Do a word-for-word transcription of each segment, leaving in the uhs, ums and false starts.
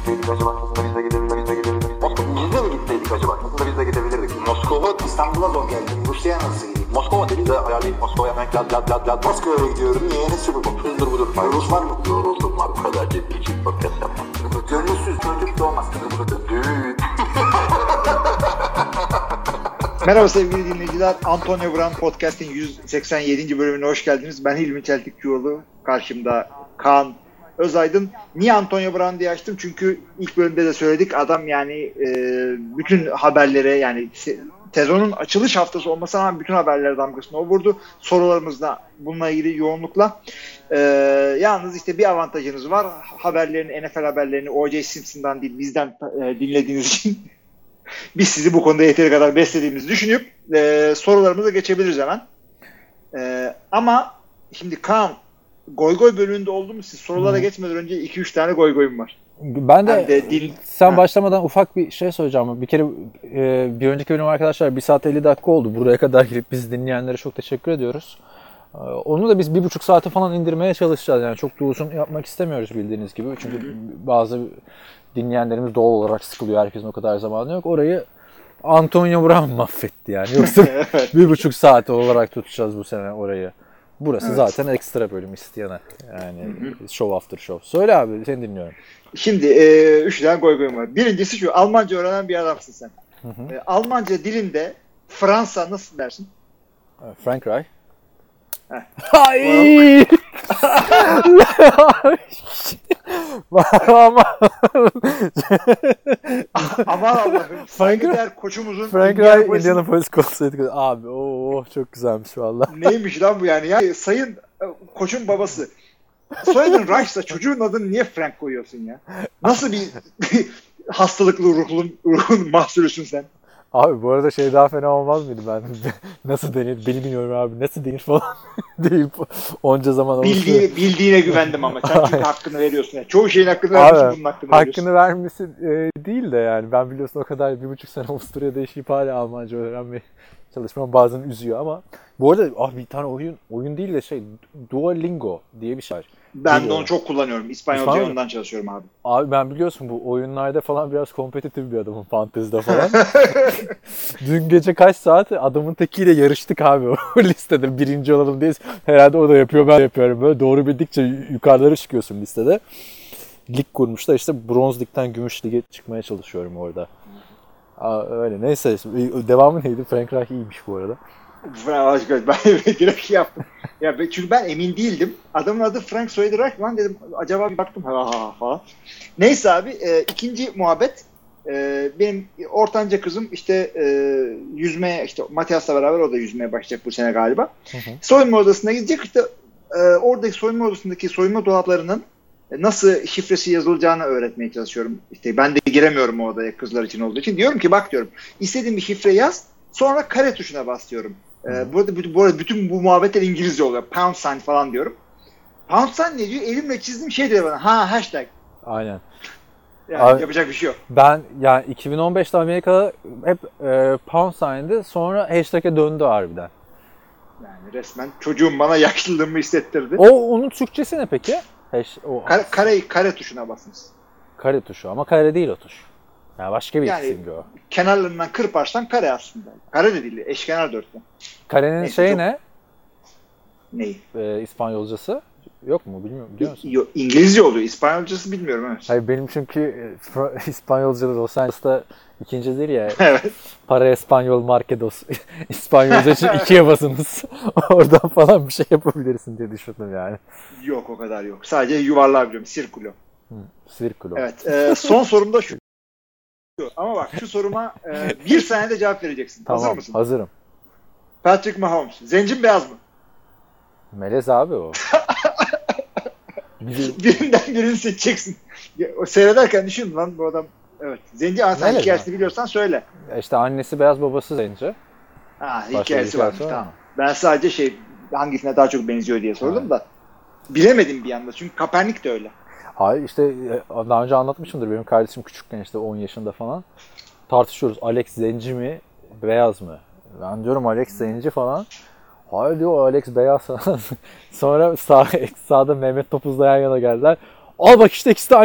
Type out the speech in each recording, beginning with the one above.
gitseydik acaba? Aslında biz de gidebilirdik. Biz de gidebilirdik. Biz de mi gitseydik acaba? Aslında biz de gidebilirdik. Moskova, İstanbul'a zor geldim. Rusya'ya nasıl gideyim? Moskova dedi de ayarlayıp Moskova'ya hemen lad lad lad lad. Moskova'ya gidiyorum. Niye? Ne sürü bu? Hızdır budur. Rus var mı? Yoruldum var. Bu kadar ciddi için podcast yapmam. Gönülsüz çocuk doğmaz. Düğün. Merhaba sevgili dinleyiciler. Antonio Brown Podcast'in yüz seksen yedinci bölümüne hoş geldiniz. Ben Hilmi Çeltikçioğlu. Karşımda Kaan Özaydın. Niye Antonio Brown diye açtım? Çünkü ilk bölümde de söyledik. Adam yani e, bütün haberlere, yani sezonun açılış haftası olmasına rağmen bütün haberlere damgasını o vurdu. Sorularımızda bununla ilgili yoğunlukla. E, yalnız işte bir avantajınız var. Haberlerini, N F L haberlerini O J Simpson'dan değil bizden e, dinlediğiniz için biz sizi bu konuda yeteri kadar beslediğimizi düşünüp e, sorularımıza geçebiliriz hemen. E, ama şimdi Kaan, goy goy bölümünde oldu mu? Siz sorulara hmm. geçmeden önce iki üç tane goy goyum var. Ben de, de dil... sen ha. başlamadan ufak bir şey söyleyeceğim. Bir kere e, bir önceki bölüm arkadaşlar bir saat elli dakika oldu. Buraya kadar gelip bizi dinleyenlere çok teşekkür ediyoruz. E, onu da biz bir buçuk saate falan indirmeye çalışacağız. Yani çok da uzun yapmak istemiyoruz bildiğiniz gibi. Çünkü hmm. bazı dinleyenlerimiz doğal olarak sıkılıyor. Herkesin o kadar zamanı yok. Orayı Antonio Brown mahvetti yani. Yoksa bir buçuk saat olarak tutacağız bu sene orayı. Burası evet. Zaten ekstra bölüm isteyene. Yani hı-hı. Show after show. Söyle abi, seni dinliyorum. Şimdi e, üç tane goy goyum var. Birincisi şu, Almanca öğrenen bir adamsın sen. E, Almanca dilinde Fransa nasıl dersin? Frank Reich. Hayır. Ama aman Allah'ım. Saygıdeğer koçumuzun Frank Reich Indianapolis Colts abi. Oo çok güzelmiş vallahi. Neymiş lan bu yani ya? Sayın koçun babası. Soyadın Reich'sa çocuğun adını niye Frank koyuyorsun ya? Nasıl bir hastalıklı ruhun, ruhun mahsulüsün sen? Abi bu arada şey daha fena olmaz mıydı ben? Nasıl denir? Bilmiyorum abi. Nasıl denir falan değil. Onca zaman olmuş. Bildiğine, bildiğine güvendim ama. Sen çünkü hakkını veriyorsun. Yani. Çoğu şeyin hakkını vermiyorsun, bunun hakkını veriyorsun. Hakkını vermesi e, değil de yani. Ben biliyorsun o kadar bir buçuk sene Avusturya'da yaşayıp hala Almanca öğrenmeye çalışmam bazen üzüyor ama. Bu arada ah, bir tane oyun oyun değil de şey Duolingo diye bir şey var. Ben Biliyorum. de onu çok kullanıyorum. İspanyolca İspanyol... ondan çalışıyorum abi. Abi ben biliyorsun bu oyunlarda falan biraz kompetitif bir adamım, fantezide falan. Dün gece kaç saat adamın tekiyle yarıştık abi o listede. Birinci olalım diye. Herhalde o da yapıyor, ben de yapıyorum. Böyle doğru bildikçe yukarılara çıkıyorsun listede. Lig kurmuşlar işte, bronz ligden gümüş lige çıkmaya çalışıyorum orada. Aa, öyle neyse devamı neydi? Frank Reich iyiymiş bu arada. Ben direkt yaptım. Ya çünkü ben emin değildim. Adamın adı Frank, soyadı Reich lan dedim. Acaba bir baktım ha ha falan. Neyse abi e, ikinci muhabbet e, benim ortanca kızım işte e, yüzmeye, işte Matias'la beraber o da yüzmeye başlayacak bu sene galiba. Hı hı. Soyunma odasına gidecek, işte e, oradaki soyunma odasındaki soyunma dolaplarının nasıl şifresi yazılacağını öğretmeye çalışıyorum. İşte ben de giremiyorum o odaya kızlar için olduğu için. Diyorum ki bak diyorum, istediğin bir şifre yaz, sonra kare tuşuna bas diyorum. Ee, burada bütün, bu arada bütün bu muhabbetler İngilizce oluyor. Pound sign falan diyorum. Pound sign ne diyor? Elimle çizdiğim şey diyor bana. Ha hashtag. Aynen. Yani Abi, yapacak bir şey yok. Ben yani iki bin on beşte Amerika'da hep e, pound sign'di. Sonra hashtag'e döndü harbiden. Yani resmen çocuğum bana yaşlılığımı hissettirdi. O onun Türkçesi ne peki? Hash, o, kare, kare, kare tuşuna basınız. Kare tuşu ama kare değil o tuş. Yani başka bir yani, isim o. Kenarlarından kırparsan kare aslında. Kare de değil, eşkenar dörtgen. Karenin Neyse, şeyi çok... ne? Neyi? Ee, İspanyolcası yok mu? Bilmiyorum. Biliyor musun? Yok, İngilizce oluyor. İspanyolcası bilmiyorum. Evet. Hayır benim çünkü İspanyolca'da Los Angeles'ta ikinci değil ya. Evet. Para Espanyol Markedos. İspanyolca için ikiye basınız. Oradan falan bir şey yapabilirsin diye düşündüm yani. Yok o kadar yok. Sadece yuvarlağı biliyorum. Sirkulo. Hı, sirkulo. Evet. E, son sorum da şu. Ama bak şu soruma e, bir saniyede cevap vereceksin. Tamam, hazır mısın? Hazırım. Patrick Mahomes. Zenci mi beyaz mı? Melez abi o. Birinden birini seçeceksin. O seyrederken düşün lan bu adam. Evet. Zenci ama sen hikayesini biliyorsan söyle. İşte annesi beyaz, babası zenci. Ha, hikayesi varmış. Tamam. Mı? Ben sadece şey hangisine daha çok benziyor diye sordum ha. da. Bilemedim bir anda. Çünkü Kaepernick de öyle. Hayır işte daha önce anlatmışımdır. Benim kardeşim küçükken işte on yaşında falan. Tartışıyoruz. Alex zenci mi, beyaz mı? Ben diyorum Alex zenci falan. Hayır diyor Alex beyaz falan. Sonra sağ, sağda Mehmet Topuz'la yan yana geldiler. Al bak işte ikisi de aynı.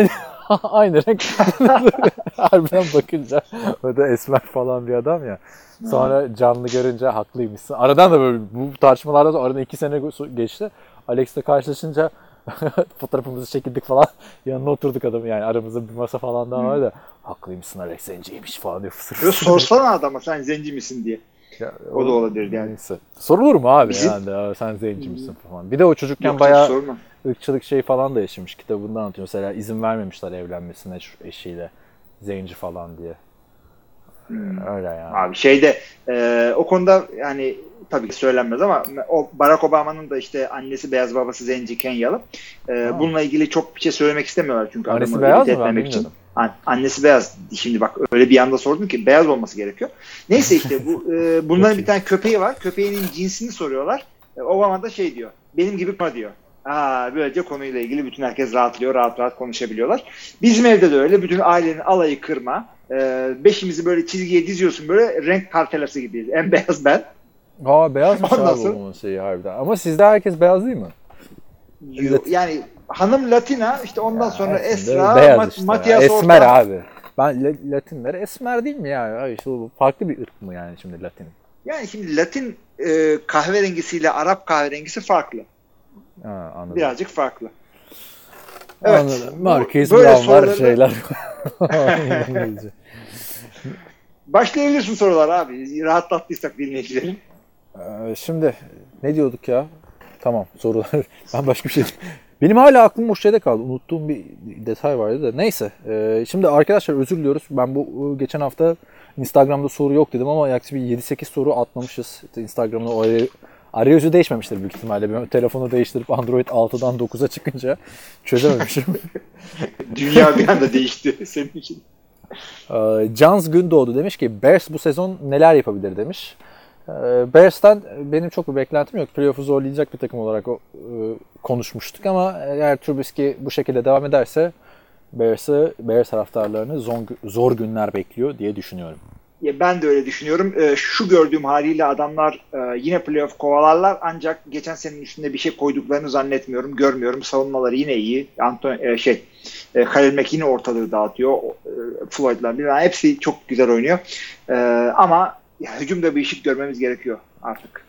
Aynı renk. Harbiden bakınca. O da esmer falan bir adam ya. Sonra canlı görünce haklıymışsın. Aradan da böyle bu tartışmalarda sonra aradan iki sene geçti. Alex'le karşılaşınca fotoğrafımızı çekildik falan. Yanına oturduk adamın, yani aramızda bir masa falan daha var da haklıymışsın Alex, zenciymiş falan diyor. Fısır. Sorsana adama sen zenci misin diye. Ya, o, o da olabilir yani. Neyse. Sorulur mu abi Bizim... yani sen zenci misin falan. Bir de o çocukken Yok, bayağı ırkçılık şey falan da yaşamış. Kitabında anlatıyor. Mesela izin vermemişler evlenmesine eşiyle. Zenci falan diye. Hmm. Öyle yani. Abi şeyde e, o konuda yani tabii ki söylenmez ama o Barack Obama'nın da işte annesi beyaz babası zenci Kenyalı. E, bununla ilgili çok bir şey söylemek istemiyorlar çünkü annesi beyaz mı? Ben için. An, annesi beyaz. Şimdi bak öyle bir anda sordum ki beyaz olması gerekiyor. Neyse işte bu e, bunların bir tane köpeği var. Köpeğinin cinsini soruyorlar. E, Obama da şey diyor. Benim gibi koma diyor. Aa, böylece konuyla ilgili bütün herkes rahatlıyor. Rahat rahat konuşabiliyorlar. Bizim evde de öyle. Bütün ailenin alayı kırma. E, beşimizi böyle çizgiye diziyorsun, böyle renk kartelası gibiyiz. En beyaz ben. Aa, beyazmış abi onun şeyi harbiden. Ama sizde herkes beyaz değil mi? Yok, yani hanım Latina, işte ondan ya sonra Esra, Mat- işte Matias Orta. Esmer abi. Ben Latinler esmer değil mi ya? İşte farklı bir ırk mı yani şimdi Latin? Yani şimdi Latin e, kahverengisiyle Arap kahverengisi farklı. Ha, anladım. Birazcık farklı. Evet. Anladım. Marquez Brown var şeyler. Başlayabilirsin sorular abi. Rahatlattıysak dinleyicilerin. Ee, şimdi ne diyorduk ya? Tamam, sorular. Ben başka bir şey Benim hala aklım o şeyde kaldı. Unuttuğum bir detay vardı da. Neyse. Ee, şimdi arkadaşlar özür diliyoruz. Ben bu geçen hafta Instagram'da soru yok dedim ama yaklaşık bir yedi sekiz soru atmamışız. İşte Instagram'da o arayüzü değişmemiştir büyük ihtimalle. Ben telefonu değiştirip Android altıdan dokuza çıkınca çözememişim. Dünya bir anda değişti senin için. Ee, Cans Gündoğdu demiş ki Bears bu sezon neler yapabilir demiş. Bears'tan benim çok bir beklentim yok. Playoff'u zorlayacak bir takım olarak o, e, konuşmuştuk ama eğer Trubisky bu şekilde devam ederse Bears'ı, Bears taraftarlarını zor, zor günler bekliyor diye düşünüyorum. Ya ben de öyle düşünüyorum. E, şu gördüğüm haliyle adamlar e, yine playoff kovalarlar ancak geçen senenin üstünde bir şey koyduklarını zannetmiyorum. Görmüyorum. Savunmaları yine iyi. Anton e, şey e, Khalil Mack yine ortalığı dağıtıyor. E, Floyd'lar yani hepsi çok güzel oynuyor. E, ama ya, hücumda bir ışık görmemiz gerekiyor artık.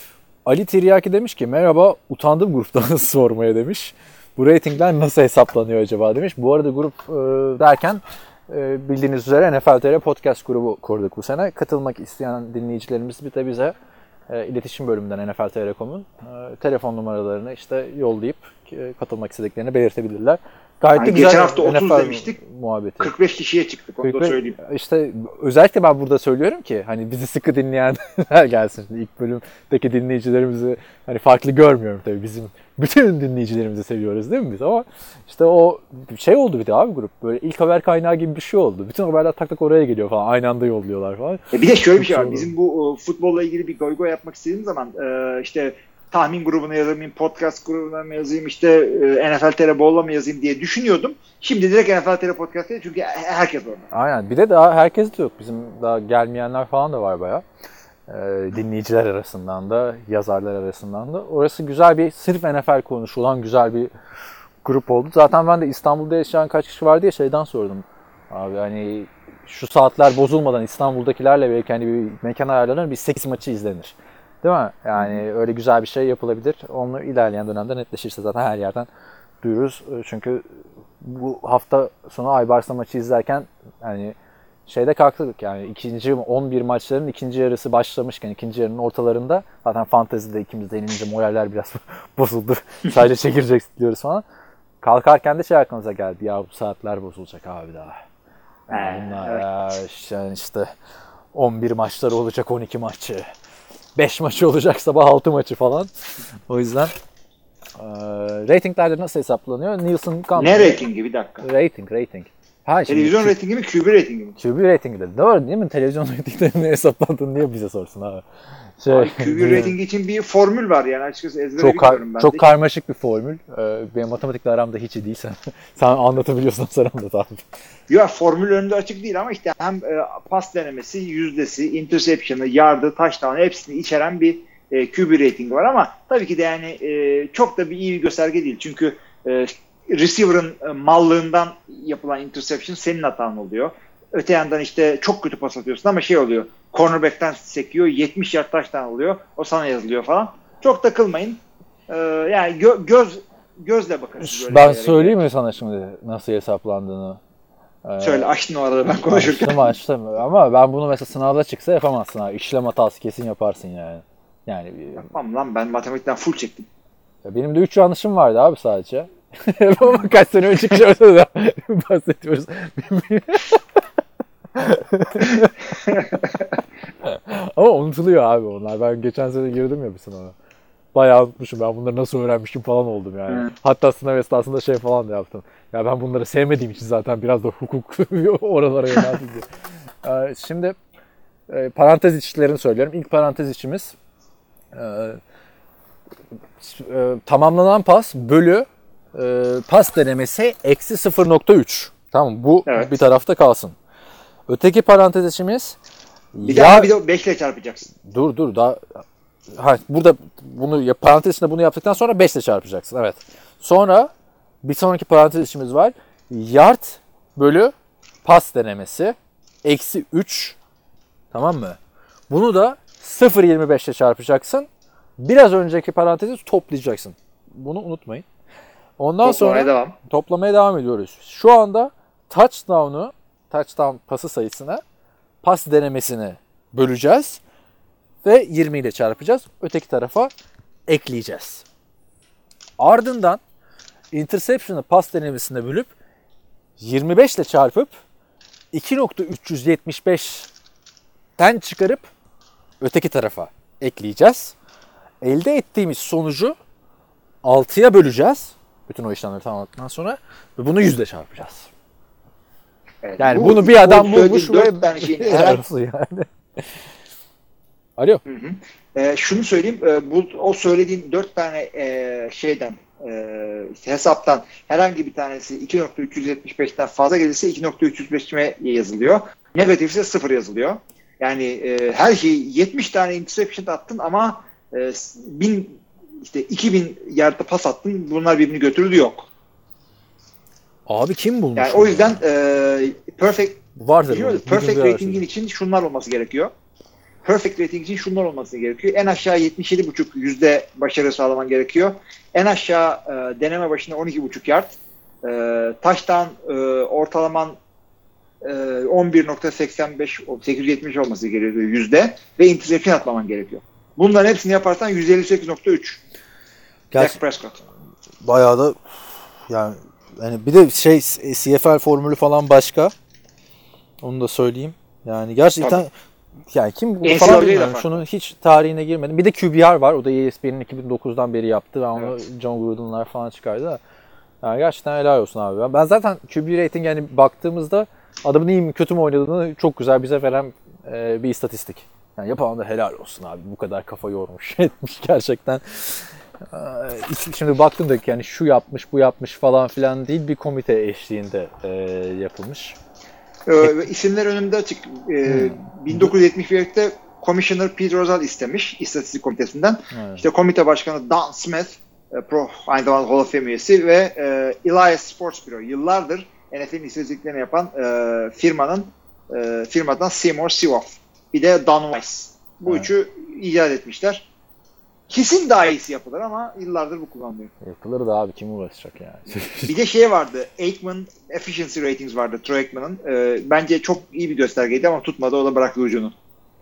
Ali Tiryaki demiş ki merhaba, utandım gruptan sormaya demiş. Bu reytingler nasıl hesaplanıyor acaba demiş. Bu arada grup e, derken e, bildiğiniz üzere N F L T R podcast grubu kurduk bu sene. Katılmak isteyen dinleyicilerimiz bir de bize e, iletişim bölümünden N F L T R nokta com'un e, telefon numaralarını işte yollayıp e, katılmak istediklerini belirtebilirler. Gayet yani güzel. Geçen hafta otuz demiştik. Muhabbeti. kırk beş kişiye çıktık. Onu da söyleyeyim. İşte özellikle ben burada söylüyorum ki hani bizi sıkı dinleyenler gelsin. Şimdi ilk bölümdeki dinleyicilerimizi hani farklı görmüyorum tabii. Bizim bütün dinleyicilerimizi seviyoruz değil mi biz? Ama işte o şey oldu bir de abi grup. Böyle ilk haber kaynağı gibi bir şey oldu. Bütün haberler tak tak oraya geliyor falan. Aynı anda yolluyorlar falan. E bir de şöyle bir şey var. Bizim bu futbolla ilgili bir goy goy yapmak istediğim zaman işte tahmin grubuna yazayım, podcast grubuna mı yazayım, işte N F L T R Bowl'a mı yazayım diye düşünüyordum. Şimdi direkt N F L T R Podcast'ta çünkü herkes orada. Aynen. Bir de daha herkes de yok. Bizim daha gelmeyenler falan da var bayağı. Ee, dinleyiciler arasından da, yazarlar arasından da. Orası güzel bir, sırf N F L konuşulan güzel bir grup oldu. Zaten ben de İstanbul'da yaşayan kaç kişi var diye şeyden sordum. Abi hani şu saatler bozulmadan İstanbul'dakilerle belki hani bir mekan ayarlanır, bir sekiz maçı izlenir. Değil mi? Yani öyle güzel bir şey yapılabilir. Onu ilerleyen dönemde netleşirse zaten her yerden duyururuz. Çünkü bu hafta sonu Aybars'la maçı izlerken hani şeyde kalktık yani ikinci on bir maçların ikinci yarısı başlamışken ikinci yarının ortalarında zaten fantezide ikimiz de elince moraller biraz bozuldu. Sadece çekirdek diyoruz falan. Kalkarken de şey aklımıza geldi. Ya bu saatler bozulacak abi daha. Yani bunlar evet. Ya işte, işte on bir maçları olacak, on iki maçı. beş maçı olacak, sabah altı maçı falan. O yüzden e, ratinglerde nasıl hesaplanıyor? Nielsen Company. Ne ratingi bir dakika? Rating, rating. Ha, televizyon Q- ratingi mi, Q B ratingi mi? Q B ratingi de. Doğru değil mi? Televizyon ratinglerinin hesaplandığını niye bize sorsun abi? Şey, abi, Q B ratingi için bir formül var yani açıkçası ezbere çok biliyorum ben Çok de. karmaşık bir formül. Ee, benim matematikle aramda hiç iyi değil. Sen, sen anlatabiliyorsan sen anlat abi. Yok, formül önünde açık değil ama işte hem e, pas denemesi, yüzdesi, interception'ı, yardı, touchdown'ı hepsini içeren bir e, Q B ratingi var ama tabii ki de yani e, çok da bir iyi bir gösterge değil. Çünkü e, receiver'ın mallığından yapılan interception senin hatan oluyor. Öte yandan işte çok kötü pas atıyorsun ama şey oluyor. Cornerback'ten sekiyor. yetmiş yard taştan oluyor. O sana yazılıyor falan. Çok takılmayın. Ee, yani gö- göz gözle bakarız. Ben söyleyeyim mi sana şimdi nasıl hesaplandığını? Ee, Söyle açtın o arada ben konuşurken. Açtım açtım ama ben bunu mesela sınavda çıksa yapamazsın abi. İşlem hatası kesin yaparsın yani. Yani tamam lan ben matematikten full çektim. Benim de üç yanlışım vardı abi sadece. Ama kaç sene önceki şöyle bahsediyoruz. Ama unutuluyor abi onlar. Ben geçen sene girdim ya bir sınava. Bayağı unutmuşum. Ben bunları nasıl öğrenmişim falan oldum yani. Hmm. Hatta sınav esnasında şey falan da yaptım. Ya ben bunları sevmediğim için zaten biraz da hukuk oralara yöneldim diye. Şimdi parantez içlerini söylüyorum. İlk parantez içimiz tamamlanan pas bölü pas denemesi eksi sıfır nokta üç. Tamam bu evet. Bir tarafta kalsın. Öteki parantez içimiz bir ya... daha bir de beş ile çarpacaksın. Dur dur daha ha, burada bunu parantez içinde bunu yaptıktan sonra beş ile çarpacaksın. Evet. Sonra bir sonraki parantez içimiz var. Yard bölü pas denemesi eksi üç. Tamam mı? Bunu da sıfır virgül yirmi beş ile çarpacaksın. Biraz önceki parantezi toplayacaksın. Bunu unutmayın. Ondan toplamaya sonra devam. toplamaya devam ediyoruz. Şu anda touchdown'u, touchdown pası sayısını, pas denemesini böleceğiz ve yirmi ile çarpacağız. Öteki tarafa ekleyeceğiz. Ardından interception'ı pas denemesine bölüp yirmi beş ile çarpıp iki nokta üç yüz yetmiş beşten çıkarıp öteki tarafa ekleyeceğiz. Elde ettiğimiz sonucu altıya böleceğiz. Bütün o işlemleri tamamladıktan sonra ve bunu yüzle çarpacağız. Evet, yani bu, bunu bir adam bulmuş ve yani. Alo. Hı hı. Ee, şunu söyleyeyim. E, bu o söylediğin dört tane e, şeyden e, işte hesaptan herhangi bir tanesi iki nokta üç yüz yetmiş beşten fazla gelirse iki nokta üç yüz beşe yazılıyor. Negatifse sıfır yazılıyor. Yani e, her şeyi yetmiş tane interception attın ama e, bin işte iki bin yardta pas attın. Bunlar birbirini götürdü yok. Abi kim bulmuş? Yani o yüzden e, perfect vardır. Biliyor, perfect rating'in için şunlar olması gerekiyor. Perfect rating için şunlar olması gerekiyor. En aşağı yetmiş yedi buçuk yüzde başarı sağlaman gerekiyor. En aşağı e, deneme başına on iki buçuk yard. E, taştan e, ortalaman e, on bir nokta seksen beş sekiz yüz yetmiş olması gerekiyor yüzde ve interception atmaman gerekiyor. Bunların hepsini yaparsan yüz elli sekiz nokta üç. Dak Prescott. Bayağı da yani yani bir de şey C F L formülü falan başka. Onu da söyleyeyim. Yani gerçekten tabii. Yani kim bu falan bilmiyorum. Şunun hiç tarihine girmedim. Bir de Q B R var. O da E S P N'in iki bin dokuzdan beri yaptı. Ben onu evet. John Gruden'lar falan çıkardı da. Yani gerçekten helal olsun abi. Ben zaten Q B rating yani baktığımızda adamın iyi mi kötü mü oynadığını çok güzel bize veren e, bir istatistik. Yani yapan da helal olsun abi. Bu kadar kafa yormuş etmiş gerçekten. Şimdi baktım da yani şu yapmış bu yapmış falan filan değil bir komite eşliğinde e, yapılmış. Ee, isimler önümde açık. Ee, hmm. bin dokuz yüz yetmiş birde Commissioner Pete Rozelle istemiş istatistik komitesinden. Evet. İşte komite başkanı Don Smith, e, pro, aynı zamanda Hall of Fame üyesi ve e, Elias Sports Bureau yıllardır N F L'in istatistiklerini yapan e, firmanın e, firmadan Seymour Siwoff. Bir de Don Weiss. Bu evet. Üçü icat etmişler. Kesin daha iyisi yapılır ama yıllardır bu kullanılıyor. Yapılır da abi kim uğraşacak yani. Bir de şey vardı. Aikman Efficiency Ratings vardı. Troy Aikman'ın. Ee, bence çok iyi bir göstergeydi ama tutmadı. O da bıraktı ucunu.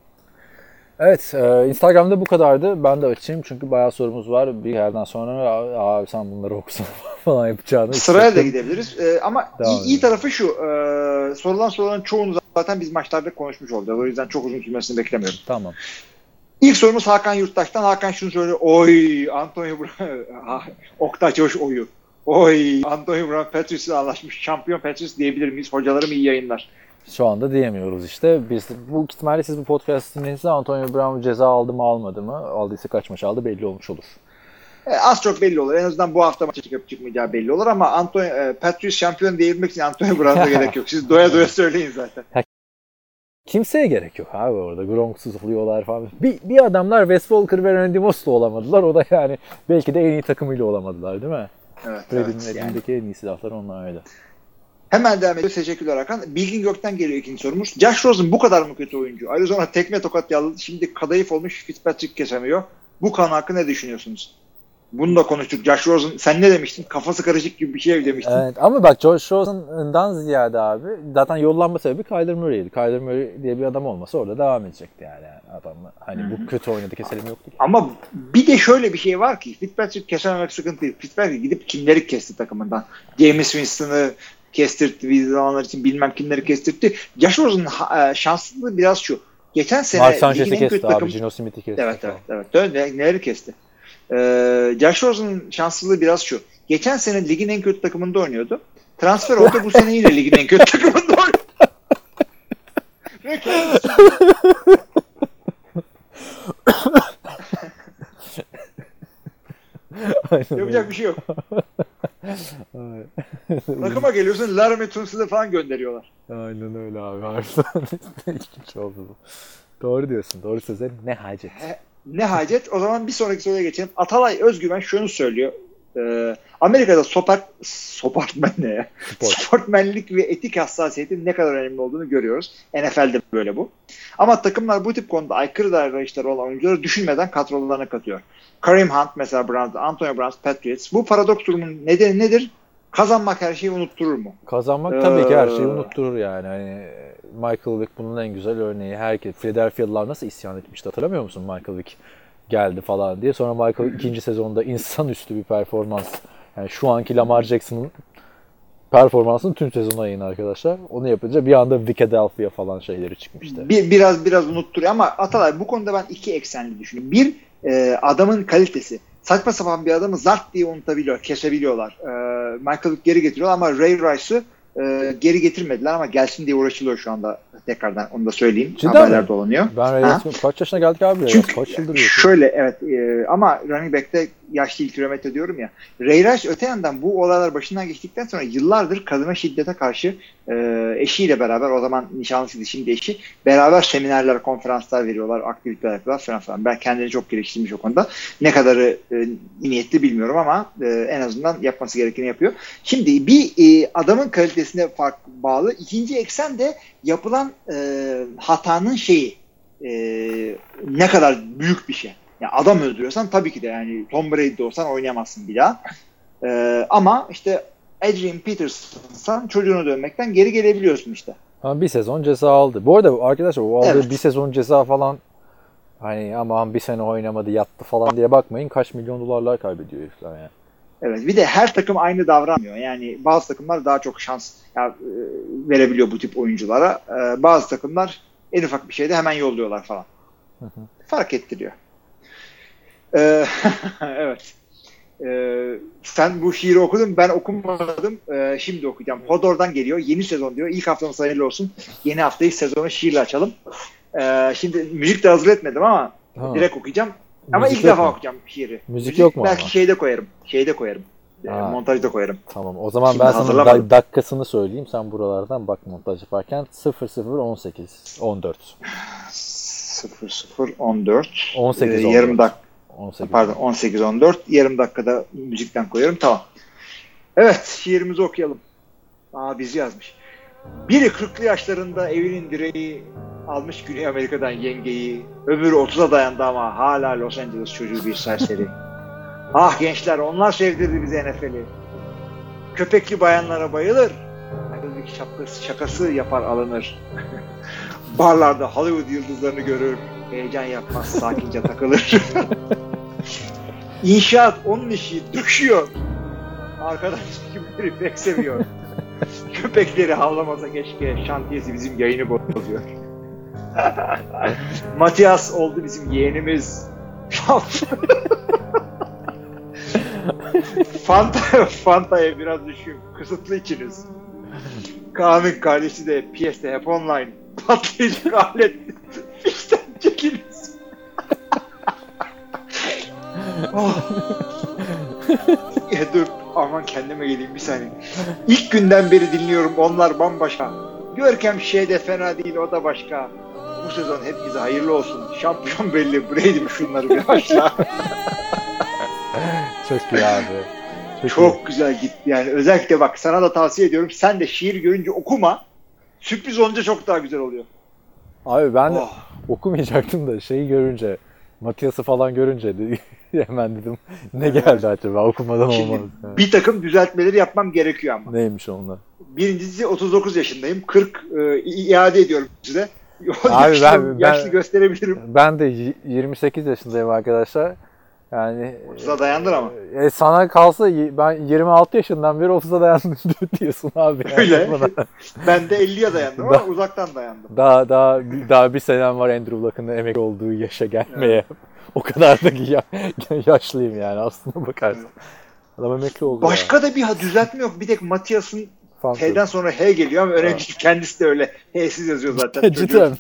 Evet. E, Instagram'da bu kadardı. Ben de açayım çünkü bayağı sorumuz var. Bir yerden sonra abi sen bunları okusana falan yapacağını. Sıraya da gidebiliriz. E, ama iyi, iyi tarafı şu. E, sorulan soruların çoğunu zaten biz maçlarda konuşmuş olacağız. O yüzden çok uzun sürmesini beklemiyorum. Tamam. İlk sorumuz Hakan Yurttaş'tan. Hakan şunu söylüyor. Oy Antonio Brown. Oktay Çavuş oyu. Oy Antonio Brown Patrice'le anlaşmış. Şampiyon Patrice diyebilir miyiz? Hocalarım iyi yayınlar. Şu anda diyemiyoruz işte. Biz bu ihtimalle siz bu podcast dinlediğinizde Antonio Brown ceza aldı mı almadı mı? Aldıysa kaç maç aldı belli olmuş olur. E, az çok belli olur. En azından bu hafta maça çıkıp çıkmayacağı belli olur ama Antonio, e, Patrice şampiyon diyebilmek için Antonio Brown'a gerek yok. Siz doya doya söyleyin zaten. Kimseye gerek yok abi orada. Gronk'suz oluyorlar falan. Bir, bir adamlar Wes Welker ve Randy Moss'la olamadılar. O da yani belki de en iyi takımıyla olamadılar değil mi? Evet, Brady'nin evet, elindeki en iyi silahlar onlardı. Hemen devam ediyor. Teşekkürler Hakan. Bilgin Gök'ten geliyor ikinci sorumuz. Josh Rosen bu kadar mı kötü oyuncu? Arizona tekme tokat yaladı. Şimdi kadayıf olmuş, Fitzpatrick kesemiyor. Bu kan hakkı ne düşünüyorsunuz? Bunu da konuştuk. Josh Rosen sen ne demiştin? Kafası karışık gibi bir şey demiştin. Evet, ama bak Josh Rosen'dan ziyade abi zaten yollanma sebebi Kyler Murray'di. Kyler Murray diye bir adam olmasa orada devam edecekti yani, yani adamla. Hani Hı-hı. bu kötü oynadı keselim yoktu ki. Ama bir de şöyle bir şey var ki Fitzpatrick kesememek sıkıntı değil. Fitzpatrick gidip kimleri kesti takımından? James Winston'ı kestirtti bir zamanlar için, bilmem kimleri kestirtti. Josh Rosen'ın şanslılığı biraz şu. Geçen sene Mark Sanchez'i kesti abi, takım... Geno Smith'i kesti. Evet evet evet. Öyle, neleri kesti? Ee, Josh Rosen'ın şanslılığı biraz şu. Geçen sene ligin en kötü takımında oynuyordu. Transfer oldu, bu sene yine ligin en kötü takımında oynuyor. Ve kendisi... Yapacak bir şey yok. Takıma geliyorsun, Laramie Tunsil'i falan gönderiyorlar. Aynen öyle abi. Harbiden ilginç oldu bu. Doğru diyorsun. Doğru söze ne hacet. He, ne hacet? O zaman bir sonraki soruya geçelim. Atalay Özgüven şunu söylüyor. Ee, Amerika'da sopart, sopartmen ne ya? Sport. Sportmenlik ve etik hassasiyetin ne kadar önemli olduğunu görüyoruz. N F L'de böyle bu. Ama takımlar bu tip konuda aykırı davranışları olan oyuncuları düşünmeden kadrolarına katıyor. Kareem Hunt mesela Browns'da, Antonio Brown Patriots. Bu paradoks durumun nedeni nedir? Kazanmak her şeyi unutturur mu? Kazanmak ee... tabii ki her şeyi unutturur yani. Hani Michael Vick bunun en güzel örneği. Herkes Philadelphia'lılar nasıl isyan etmişti, hatırlamıyor musun? Michael Vick geldi falan diye. Sonra Michael ikinci sezonda insanüstü bir performans. Yani şu anki Lamar Jackson'ın performansının tüm sezonu yayın arkadaşlar. Onu yapınca bir anda Philadelphia falan şeyleri çıkmıştı. Bir, biraz biraz unutturuyor ama Atalay bu konuda ben iki eksenli düşünüyorum. Bir, e, adamın kalitesi. Saçma sapan bir adamı zart diye unutabiliyor, kesebiliyorlar. E, Michael Vick geri getiriyor ama Ray Rice'ı e, geri getirmediler ama gelsin diye uğraşılıyor şu anda tekrardan, onu da söyleyeyim. Cidden haberler mi? dolanıyor. Ben Ray Rice'ın kaç yaşına geldik abi? Çünkü kaç yıldır şöyle evet e, ama running back'te yaşlı ilk kilometre diyorum ya. Ray Rice öte yandan bu olaylar başından geçtikten sonra yıllardır kadına şiddete karşı e, eşiyle beraber, o zaman nişanlısıydı şimdi eşi, beraber seminerler, konferanslar veriyorlar, aktiviteler yapıyorlar falan falan. Ben kendini çok geliştirmiş o konuda. Ne kadarı e, niyetli bilmiyorum ama e, en azından yapması gerekeni yapıyor. Şimdi bir e, adamın kalitesine fark bağlı. İkinci eksen de yapılan e, hatanın şeyi e, ne kadar büyük bir şey. Yani adam öldürüyorsan tabii ki de yani Tom Brady'de olsan oynayamazsın bir daha. E, ama işte Adrian Peterson'san çocuğuna dönmekten geri gelebiliyorsun işte. Ha, bir sezon ceza aldı. Bu arada arkadaşlar o aldığı evet. bir sezon ceza falan, hani aman bir sene oynamadı yattı falan diye bakmayın, kaç milyon dolarlar kaybediyor herifler yani. Evet, bir de her takım aynı davranmıyor. Yani bazı takımlar daha çok şans yani, e, verebiliyor bu tip oyunculara. E, bazı takımlar en ufak bir şeyde hemen yolluyorlar falan. Hı hı. Fark ettiriyor. E, evet. E, sen bu şiiri okudun, ben okumadım. E, şimdi okuyacağım. Hodor'dan geliyor. Yeni sezon diyor. İlk haftamız hayırlı olsun. Yeni haftayı sezonu şiirle açalım. E, şimdi müzik de hazır etmedim ama ha. direkt okuyacağım. Ama Müzik ilk defa mu? okuyacağım şiiri. Müzik, Müzik yok mu belki ama? şeyde koyarım. Şeyde koyarım. Ha. Montajda koyarım. Tamam. O zaman şimdi ben sana da, dakikasını söyleyeyim. Sen buralardan bak montaj yaparken sıfır sıfır on sekiz on dört sıfır sıfır on dört on sekiz ee, yarım dakika. on sekiz Pardon on sekiz on dört yarım dakikada müzikten koyarım. Tamam. Evet, şiirimizi okuyalım. Aa, bizi yazmış. Biri kırklı yaşlarında evinin direği, almış Güney Amerika'dan yengeyi. Öbürü otuza dayandı ama hala Los Angeles çocuğu bir serseri. Ah gençler, onlar sevdirdi bize N F L'i. Köpekli bayanlara bayılır. Ayrılık şapkası, şakası yapar alınır. Barlarda Hollywood yıldızlarını görür. Heyecan yapmaz, sakince takılır. İnşaat onun işi, döküyor. Arkadaş kimleri pek seviyor. Köpekleri havlamasa keşke, şantiyesi bizim yayını bozuyor. Matias oldu bizim yeğenimiz. Fanta, Fanta'ya biraz düşün. Kısıtlı içiniz. Kaan'ın kardeşi de P S'te hep online. Patlayıcı alet. Fişten çekiniz. Oh. Ya dur, aman kendime geleyim bir saniye. İlk günden beri dinliyorum, onlar bambaşka. Görkem şey de fena değil, o da başka. Bu sezon hepimize hayırlı olsun. Şampiyon belli, Brady'm şunları bir başla. Çok iyi abi. Peki. Çok güzel gitti yani. Özellikle bak sana da tavsiye ediyorum. Sen de şiir görünce okuma. Sürpriz olunca çok daha güzel oluyor. Abi ben Oh. okumayacaktım da şeyi görünce, Matias'ı falan görünce de, hemen dedim ne geldi acaba okumadan Şimdi olmaz. Yani. bir takım düzeltmeleri yapmam gerekiyor ama. Neymiş onlar? Birincisi otuz dokuz yaşındayım. kırk e, iade ediyorum size. Abi yaşlı, ben, yaşlı ben, gösterebilirim. Ben de yirmi sekiz yaşındayım arkadaşlar. Yani otuza dayandın ama. E, sana kalsa ben yirmi altı yaşından beri otuza dayandım diyorsun abi. Yani. Öyle. Ben de elliye dayandım ama uzaktan dayandım. Daha daha daha bir senem var Andrew Luck'ın emekli olduğu yaşa gelmeye. Evet. O kadar da ya, yaşlıyım yani aslında bakarsın. Evet. Adam emekli oldu. Başka ya. Da bir düzeltme yok. Bir tek Matias'ın H'den sonra H geliyor ama önemli değil. Kendisi de öyle H'siz yazıyor zaten. Cidden.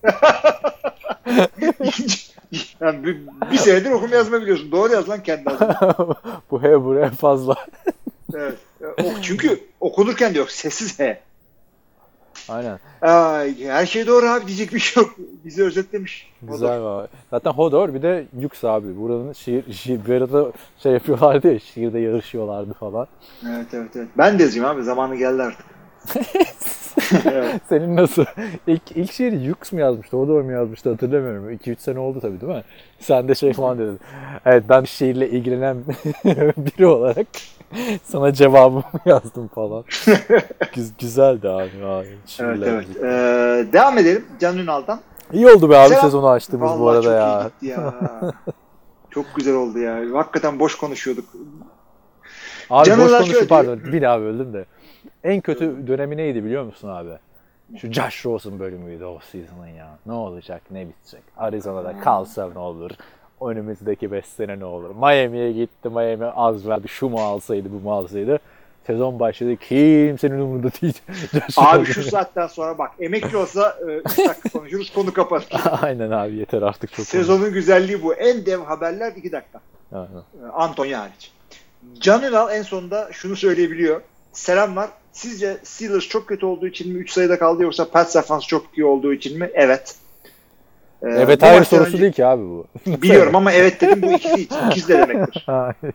Yani bir, bir senedir okuma yazma biliyorsun. Doğru yaz lan kendi adına. Bu H buraya fazla. Evet. Çünkü okunurken de yok. Sessiz H. Aynen. Ay, her şey doğru abi. Diyecek bir şey yok. Bizi özetlemiş. Güzel abi. Zaten Hodor bir de Yux abi. Buranın şiir, şiir bir arada şey yapıyorlardı ya. Şiirde yarışıyorlardı falan. Evet evet evet. Ben de yazayım abi. Zamanı geldi artık. Evet. Senin nasıl? İlk, ilk şiiri Yux mu yazmıştı? Hodor mu yazmıştı? Hatırlamıyorum. iki üç sene oldu tabii değil mi? Sen de şey falan dedin. Evet ben şiirle ilgilenen biri olarak sana cevabımı yazdım falan. Güz, güzeldi abi. abi. Evet evet. Ee, devam edelim Can Ünal'dan. İyi oldu be abi Selam. sezonu açtığımız vallahi bu arada çok ya. Iyi gitti ya. Çok güzel oldu ya. Hakikaten boş konuşuyorduk. Abi Can boş konuşuyor pardon. Bir abi öldüm de. En kötü dönemi neydi biliyor musun abi? Şu Josh Rosen bölümüydü o season'ın ya. Ne olacak, ne bitecek? Arizona'da kalsa ne olur? Önümüzdeki beş sene ne olur? Miami'ye gitti, Miami az verdi. Şu mu alsaydı, bu mu alsaydı? Sezon başladı, kimsenin umurunda değil. Abi şu saatten sonra bak, emekli olsa üç dakika konuşuruz, konu kapanır. Aynen abi, yeter artık çok. Sezonun konu. Güzelliği bu. En dev haberler iki dakika. Aynen. Antonio hariç. Can Ünal en sonunda şunu söyleyebiliyor. Selamlar. Sizce Steelers çok kötü olduğu için mi üç sayıda kaldı yoksa Pats defans çok iyi olduğu için mi? Evet. Ee, evet hayır sorusu önce... değil ki abi bu. Biliyorum ama evet dedim bu ikisi için. İkisi de demektir.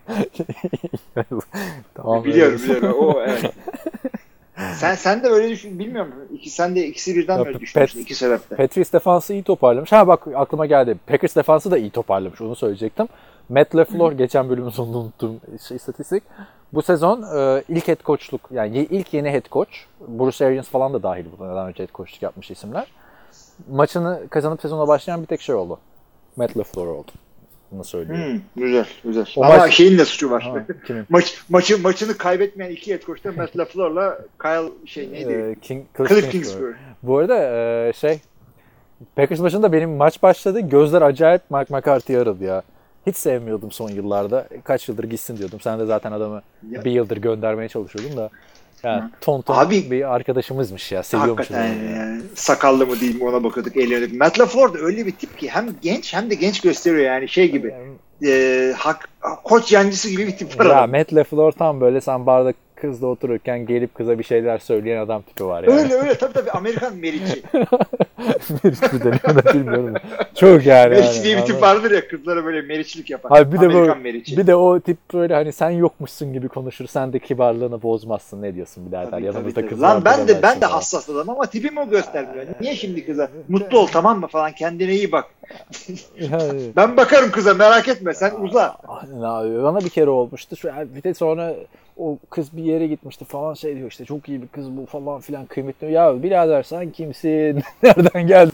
Tamam. Biliyorum biliyorum. O evet. Sen sen de öyle düşün, bilmiyorum. İki, sen de ikisi birden böyle düşünmüşsün. İki sebepte. Patriots defansı iyi toparlamış. Ha bak aklıma geldi. Packers defansı da iyi toparlamış. Onu söyleyecektim. Matt LaFleur geçen bölümün sonunda unuttuğum şey, istatistik. Bu sezon e, ilk head coachluk yani ilk yeni head coach. Bruce Arians falan da dahil buna. Daha önce head coachluk yapmış isimler. Maçını kazanıp sezona başlayan bir tek şey oldu. Matt LaFleur oldu. Bunu söylüyorum. Hmm, güzel, güzel. O ama maç... şeyin de suçu var. Ha, Maç maçı maçını kaybetmeyen iki head coach'ta Matt LaFleur'la Kyle şey neydi? Ee, King, Cliff, Cliff Kingsbury. Bu arada e, şey Packers maçında benim maç başladı. Gözler acayip Mike McCarthy'yi aradı ya. Hiç sevmiyordum son yıllarda. Kaç yıldır gitsin diyordum. Sen de zaten adamı ya. bir yıldır göndermeye çalışıyordun da. Yani ton ton Abi, bir arkadaşımızmış ya. Seviyormuşuz onu. Yani. Yani. Sakallı mı değil mi ona bakıyorduk. Eğleniyorduk. Matt LaFleur da öyle bir tip ki hem genç hem de genç gösteriyor yani şey gibi. Yani, e, hak, koç yancısı gibi bir tip var. Ya Matt LaFleur tam böyle sen barda kızla otururken gelip kıza bir şeyler söyleyen adam tipi var yani. Öyle öyle tabii tabii Amerikan Meriç'i. Meriç mi deniyor da bilmiyorum. Çok yani. Meriç yani, diye bir tip vardır ya kızlara böyle meriçlik yapan. Abi bir de Amerikan bu, Meriç'i. Bir de o tip böyle hani sen yokmuşsun gibi konuşur. Sen de kibarlığını bozmazsın. Ne diyorsun birader? Tabii, yanımızda tabii, kız var. Lan ben de ben de hassas adam ama tipim o göstermiyor. Niye şimdi kıza? Mutlu ol tamam mı falan. Kendine iyi bak. Ben bakarım kıza merak etme. Sen uza. Aynen abi. Bana bir kere olmuştu. Şu bir de sonra o kız bir yere gitmişti falan şey diyor işte çok iyi bir kız bu falan filan kıymetli. Ya birader sen kimsin? Nereden geldin?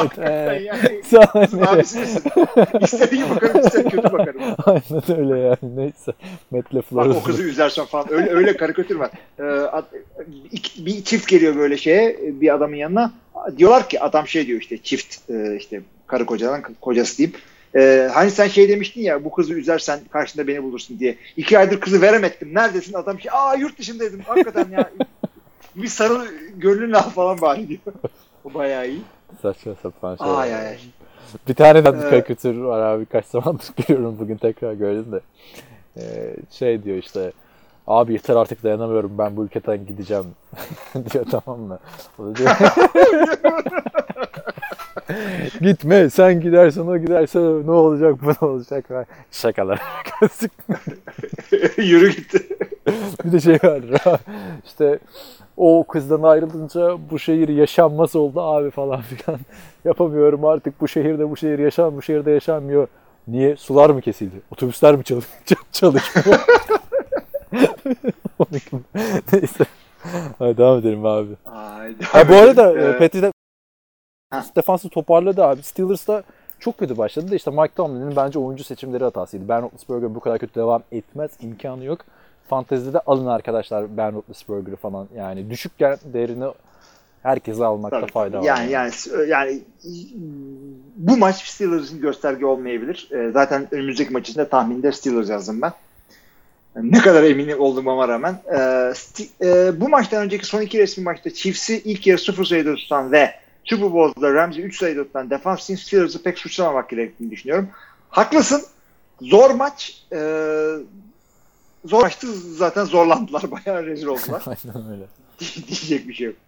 Sen abisisin. İster iyi bakarım ister kötü bakarım. Aynen öyle yani. Neyse. Matt LaFleur. Bak o kızı üzersen falan. Öyle öyle karikatür var. Ee, bir çift geliyor böyle şeye bir adamın yanına. Diyorlar ki adam şey diyor işte çift işte karı kocadan kocası diyeyim. Ee, hani sen şey demiştin ya bu kızı üzersen karşında beni bulursun diye. İki aydır kızı veremedim. Neredesin? Adam şey aa yurt dışındaydım. Hakikaten ya. Bir sarıl gönlünü al falan bari diyor. O bayağı iyi. Saçma sapan şey. Ay ay. Bir tane de ee, karikatür var abi. Kaç zamandır görüyorum. Bugün tekrar gördüm de. Ee, şey diyor işte abi yeter artık dayanamıyorum. Ben bu ülkeden gideceğim. diyor tamam mı? O da diyor. Gitme, sen gidersen o giderse ne olacak, bu ne olacak? Şakalar. Yürü gitti. Bir de şey var. İşte o kızdan ayrılınca bu şehir yaşanmaz oldu abi falan filan. Yapamıyorum artık, bu şehirde bu şehir yaşan, bu şehirde yaşanmıyor. Niye? Sular mı kesildi? Otobüsler mi çalış çalışmıyor? Neyse. Hadi devam edelim abi. Ay, ha, bu arada evet. Petri de defansı toparladı abi. Steelers'da çok kötü başladı da işte Mike Tomlin'in bence oyuncu seçimleri hatasıydı. Ben Roethlisberger bu kadar kötü devam etmez. İmkanı yok. Fantezide de alın arkadaşlar Ben Roethlisberger'ı falan. Yani düşük değerini herkese almakta tabii, fayda var. Yani yani yani bu maç Steelers'ın gösterge olmayabilir. Zaten önümüzdeki maç içinde tahminde Steelers yazdım ben. Ne kadar emin olduğuma rağmen. Bu maçtan önceki son iki resmi maçta Chiefs'i ilk yarı sıfır sayıda tutan ve Super Bowl'da Ramsey üç sayıda tutan defans için Steelers'ı pek suçlamamak gerektiğini düşünüyorum. Haklısın. Zor maç. Zor maçtı. Zaten zorlandılar. Bayağı rezil oldular. Aynen öyle. Diyecek bir şey yok.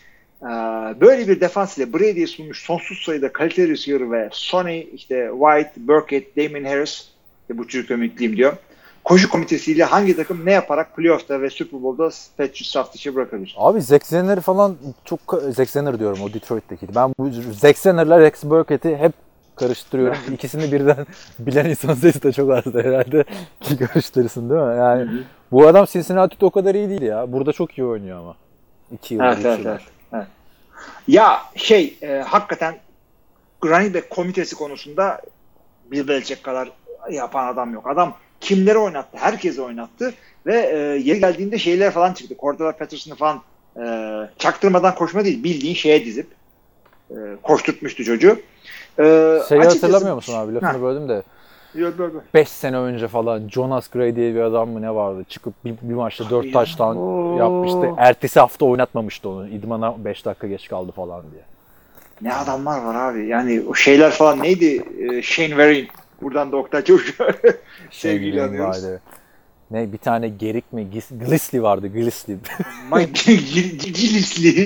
Böyle bir defans ile Brady'ye sunmuş sonsuz sayıda kaliteli receiver ve Sonny, işte White, Burkett, Damien Harris, bu çocuk ümitliyim diyor. Koşu komitesiyle hangi takım ne yaparak playoff'ta ve Super Bowl'da Patriots saf dışı bırakabilir? Abi Zach Zenner falan çok Zach Zenner diyorum, o Detroit'tekiydi. Ben bu Zach Zenner'la Rex Burkett'i hep karıştırıyorum. İkisini birden bilen insan sayısı da çok azdı herhalde ki karıştırırsın değil mi? Yani hı hı. Bu adam Cincinnati'de o kadar iyi değil ya. Burada çok iyi oynuyor ama. İki yıldır. Evet, evet, evet, evet. Ya şey e, hakikaten running back komitesi konusunda Bill Belichick kadar yapan adam yok. Adam kimleri oynattı? Herkesi oynattı ve e, yeri geldiğinde şeyler falan çıktı. Cordell Patterson'ı falan e, çaktırmadan koşma değil, bildiğin şeye dizip e, koşturtmuştu çocuğu. E, Şeyi hatırlamıyor musun abi? Lafını ha. böldüm de. beş sene önce falan Jonas Gray diye bir adam mı ne vardı? Çıkıp bir, bir maçta dört taştan yapmıştı. Ertesi hafta oynatmamıştı onu. İdmana beş dakika geç kaldı falan diye. Ne adamlar var abi. Yani o şeyler falan neydi? Ee, Shane Vereen. Buradan da Oktay Çavuş'a sevgiyle anıyoruz. Ne bir tane gerik mi? Glisley vardı. Glisley. Mike Glisley.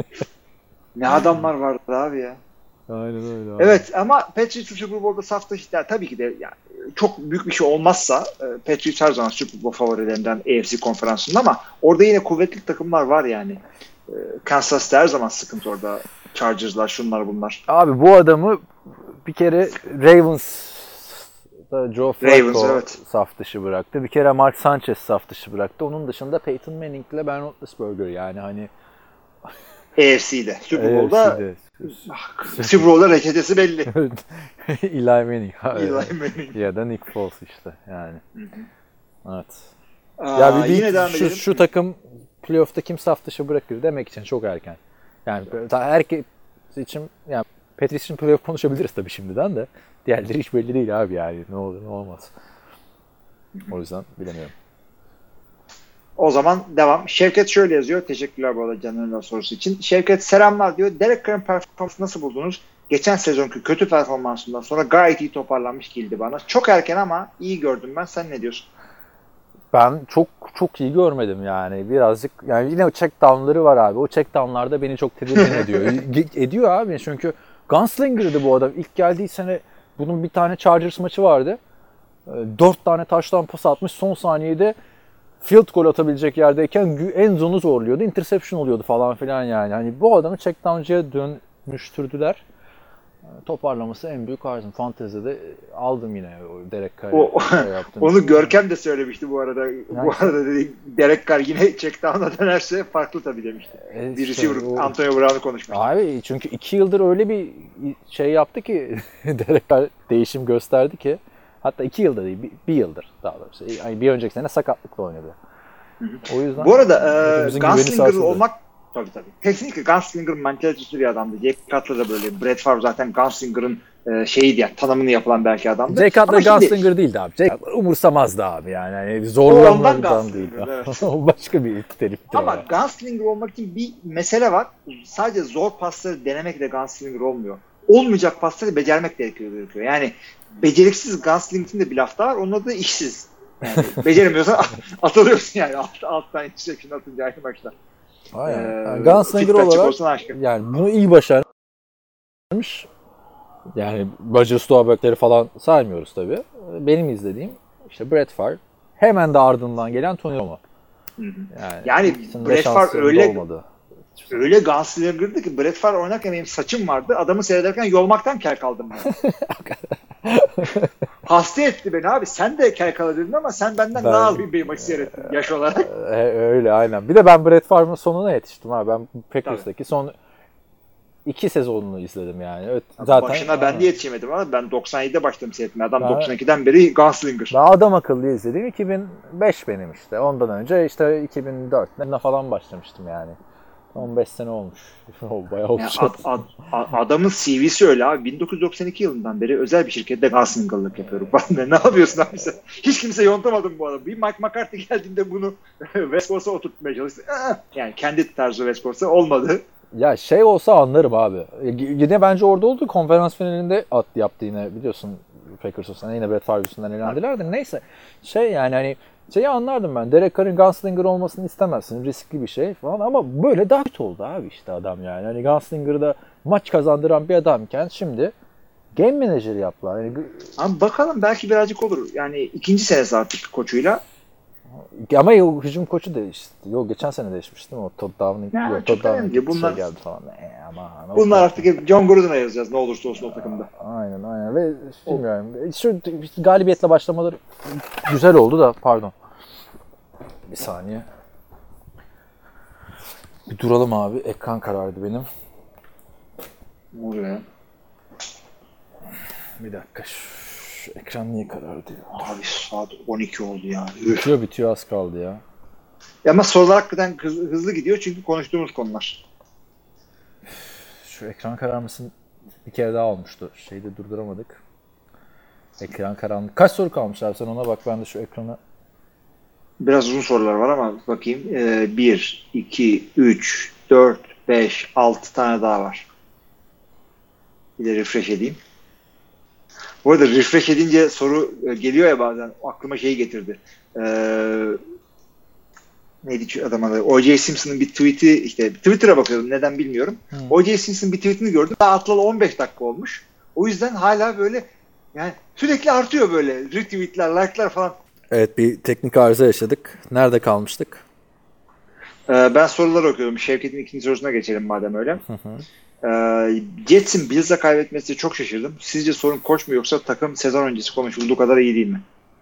Ne adamlar vardı abi ya. Aynen öyle abi. Evet ama Patriots Super Bowl'da saf taşı tabii ki de yani çok büyük bir şey olmazsa Patriots her zaman Super Bowl favorilerinden A F C konferansında ama orada yine kuvvetli takımlar var yani. Kansas City her zaman sıkıntı orada. Chargers'lar, şunlar bunlar. Abi bu adamı bir kere Ravens'da Joe Flacco evet. saf dışı bıraktı. Bir kere Mark Sanchez saf dışı bıraktı. Onun dışında Peyton Manning ile Ben Roethlisberger yani hani A F C'de, Super Bowl'da Super Bowl'da reçetesi belli. Eli Manning. Eli Manning. Ya da Nick Foles işte yani. Hı hı. Evet. Aa, ya bir, yine devam şu, edelim. şu takım playoff'ta kim saf dışı bırakır demek için çok erken. Yani herkes için yani Patriots için playoff konuşabiliriz tabii şimdiden de. Diğerleri hiç belli değil abi yani. Ne olur ne olmaz. O yüzden bilemiyorum. O zaman devam. Şevket şöyle yazıyor. Teşekkürler bu arada Can'ın sorusu için. Şevket selamlar diyor. Derek Carr'ın performansını nasıl buldunuz? Geçen sezonki kötü performansından sonra gayet iyi toparlanmış geldi bana. Çok erken ama iyi gördüm ben. Sen ne diyorsun? Ben çok çok iyi görmedim yani. Birazcık yani yine o check down'ları var abi. O check down'larda beni çok tedirgin ediyor. ediyor abi çünkü gunslinger'dı bu adam. İlk geldiği sene bunun bir tane Chargers maçı vardı. Dört tane taştan pas atmış. Son saniyede field goal atabilecek yerdeyken en zone'u zorluyordu. Interception oluyordu falan filan yani. Hani bu adamı check down'cıya dönüştürdüler. Toparlaması en büyük arzum. Fantezi'de aldım yine o Derek Carr'ı şey yaptım. Onu Görkem de söylemişti bu arada. Yani, bu arada dedi Derek Carr yine check down'a dönerse farklı tabii demişti. E, bir receiver işte, Antonio Brown'u konuşmuştu. Abi çünkü iki yıldır öyle bir şey yaptı ki Derek Carr değişim gösterdi ki hatta iki yılda değil bir, bir yıldır daha doğrusu. Yani bir önceki sene sakatlıkla oynadı. Hı hı. O yüzden bu arada e, Gunslinger olmak tabii tabii. Kesinlikle Gunslinger'ın mentalitesi bir adamdı. Jake Cutler da böyle. Brett Favre zaten Gunslinger'ın e, şeyiydi yani tanımını yapılan belki adamdı. Jake Cutler Gunslinger şimdi değildi abi. Jake Cutler umursamazdı abi yani. yani zorlanmadan değil. Evet. O başka bir terifti. Ama yani. Gunslinger olmak için bir mesele var. Sadece zor pasları denemekle Gunslinger olmuyor. Olmayacak pasları becermek gerekiyor. gerekiyor. Yani beceriksiz Gunslinger'ın de bir lafı var. Onun adı işsiz. Yani beceremiyorsan atılıyorsun yani. Alt, alttan interception atınca aynı maçta. Aynen. Yani Gunslinger olarak yani bunu iyi başarmış Yani Roger Staubach'leri falan saymıyoruz tabii. Benim izlediğim işte Brett Favre, hemen de ardından gelen Tony Romo. Yani, yani Brett Favre öyle olmadı. Öyle gunslinger'dı ki Brett Favre oynarken benim saçım vardı. Adamı seyrederken yolmaktan kel kaldım ben. Hasta etti beni abi. Sen de kel kalabilirdin ama sen benden ben, daha az bir, bir maçı seyrettin yaş olarak. Öyle aynen. Bir de ben Brett Favre'ın sonuna yetiştim abi. Ben Packers'taki son iki sezonunu izledim yani. Evet, zaten başına ben de yetişemedim ama ben doksan yedide başladım seyretmeye. Adam ben, doksan ikiden beri gunslinger. Ben adam akıllı izlediğim iki bin beş benim işte. Ondan önce işte iki bin dörtte falan başlamıştım yani. on beş sene olmuş. Bayağı olmuş. Yani ad, ad, adamın C V'si öyle abi. bin dokuz yüz doksan iki yılından beri özel bir şirkette gunslinger'lık yapıyorum. Ne yapıyorsun abi sen? Hiç kimse yontamadı bu adamı. Bir Mike McCarthy geldiğinde bunu West Coast'a oturtmaya çalıştı. Yani kendi tarzı West Coast'a olmadı. Ya şey olsa anlarım abi. Yine bence orada oldu. Konferans finalinde at yaptı yine biliyorsun. Packers olsa yine Brett Favre yüzünden elendiler de neyse. Şey yani hani şeyi anlardım ben. Derek Carr'ın gunslinger olmasını istemezsin. Riskli bir şey falan ama böyle daha kötü oldu abi işte adam yani. Hani gunslinger'da maç kazandıran bir adamken şimdi game manager yaptılar. Yani... Ama bakalım belki birazcık olur. Yani ikinci senesi artık koçuyla. Ama yok, hücum koçu değişti. Yok geçen sene değişmişti değil mi? O Todd Downing. Ya, yok, Todd Downing bunlar, şey geldi falan. E, ama, bunlar artık John Gruden'a yazacağız ne olursa olsun o takımda. Aynen aynen. Ve bilmiyorum. Şu galibiyetle başlamaları güzel oldu da pardon. Bir saniye. Bir duralım abi. Ekran karardı benim. Ne oluyor ya? Bir dakika. Şu ekran niye karardı ya? Abi saat on iki oldu ya. Bitiyor bitiyor az kaldı ya. ya ama sorular hakikaten hızlı, hızlı gidiyor çünkü konuştuğumuz konular. Şu ekran kararmasın bir kere daha olmuştu. Şeyi de durduramadık. Ekran karanlık. Kaç soru kalmış abi sen ona bak ben de şu ekrana. Biraz uzun sorular var ama bakayım. Ee, bir, iki, üç, dört, beş, altı tane daha var. Bir de refresh edeyim. Bu arada refresh edince soru geliyor ya bazen. Aklıma şeyi getirdi. Ee, neydi adam adı? O J Simpson'ın bir tweet'i işte Twitter'a bakıyordum. Neden bilmiyorum. Hmm. O J Simpson'ın bir tweet'ini gördüm. Daha atlalı on beş dakika olmuş. O yüzden hala böyle yani sürekli artıyor böyle retweet'ler, like'lar falan. Evet bir teknik arıza yaşadık. Nerede kalmıştık? Ee, ben soruları okuyorum. Şevket'in ikinci sorusuna geçelim madem öyle. Hı hı. Ee, Jets'in Bills'e kaybetmesi çok şaşırdım. Sizce sorun koç mu yoksa takım sezon öncesi konuşulduğu kadar iyi değil mi?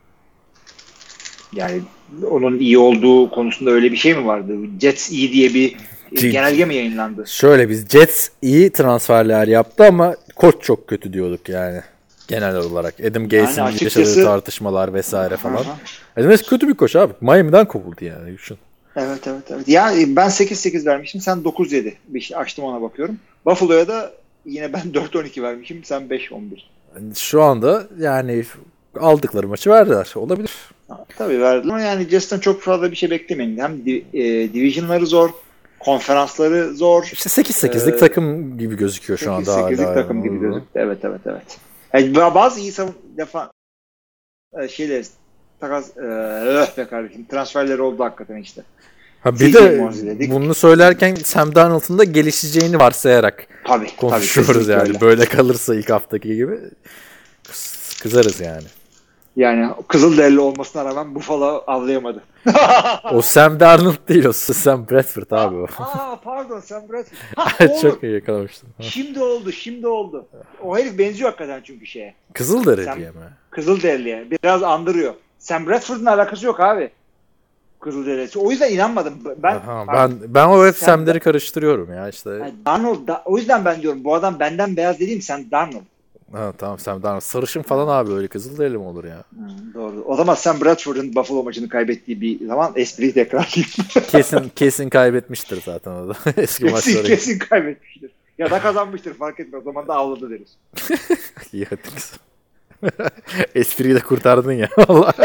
Yani onun iyi olduğu konusunda öyle bir şey mi vardı? Jets iyi diye bir C- genelge mi yayınlandı? Şöyle biz Jets iyi transferler yaptı ama koç çok kötü diyorduk yani. Genel olarak. Adam Gase'in yani açıkçası... yaşadığı tartışmalar vesaire falan. Aha. Adam Gase kötü bir koç abi. Miami'den kovuldu yani. Düşün. Evet evet evet. Ya ben sekiz sekiz vermişim. Sen dokuz yedi. Bir şey açtım ona bakıyorum. Buffalo'ya da yine ben dört on iki vermişim. Sen beş on bir. Şu anda yani aldıkları maçı verdiler. Olabilir. Ha, tabii verdiler ama yani Jets'ten çok fazla bir şey beklemeyin. Hem di- e, division'ları zor. Konferansları zor. İşte sekiz sekizlik ee, takım gibi gözüküyor şu anda. sekiz sekizlik takım gibi gözüküyor. Evet evet evet. Yani bazı iyi savun defa e, şeyler takas öh be kardeşim transferleri oldu hakikaten işte. Ha bir de bunu söylerken Sam Darnold'un da gelişeceğini varsayarak tabii, konuşuyoruz tabii, yani. Öyle. Böyle kalırsa ilk haftaki gibi kızarız yani. Yani Kızılderili olmasına rağmen Buffalo avlayamadı. O Sam Darnold değil o. Sam Bradford abi o. Aa pardon Sam Bradford. Ha, çok iyi yakalamıştın. Şimdi oldu şimdi oldu. O herif benziyor hakikaten çünkü şeye. Kızılderili diye mi? Kızılderili'ye. Biraz andırıyor. Sam Bradford'un alakası yok abi. Kızılderisi. O yüzden inanmadım. Ben Aha, ben ben o hep Sam'leri karıştırıyorum ya işte. Yani Darnold da, o yüzden ben diyorum bu adam benden beyaz dediğim Sam Darnold. Ha tamam Sam Darnold. Sarışın falan abi öyle Kızılderili mi olur ya? Hmm, doğru. O zaman Sam Bradford'un Buffalo maçını kaybettiği bir zaman espriyi tekrarlayayım. kesin kesin kaybetmiştir zaten o da. Eski maçları. Kesin kesin kaybetmiştir. Ya da kazanmıştır fark etmez. O zaman da avladı deriz. İyi hadi kızım. Espriyi de kurtardın ya. Vallahi.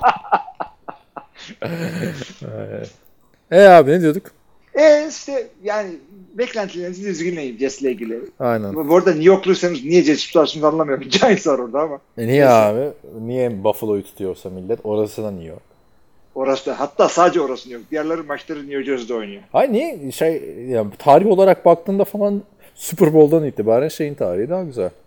E abi ne diyorduk? E işte yani beklentilerinizi düzgünleyin Jets'le ilgili. Aynen. Bu arada New York'luysanız niye Jets tutarsınız anlamıyorum. Giants var orada ama. E niye abi? Niye Buffalo'yu tutuyorsa millet? Orası da New York. Orası da hatta sadece orası New York. Diğerleri maçları New Jersey'de oynuyor. Hayır niye şey yani tarih olarak baktığında falan Super Bowl'dan itibaren şeyin tarihi daha güzel.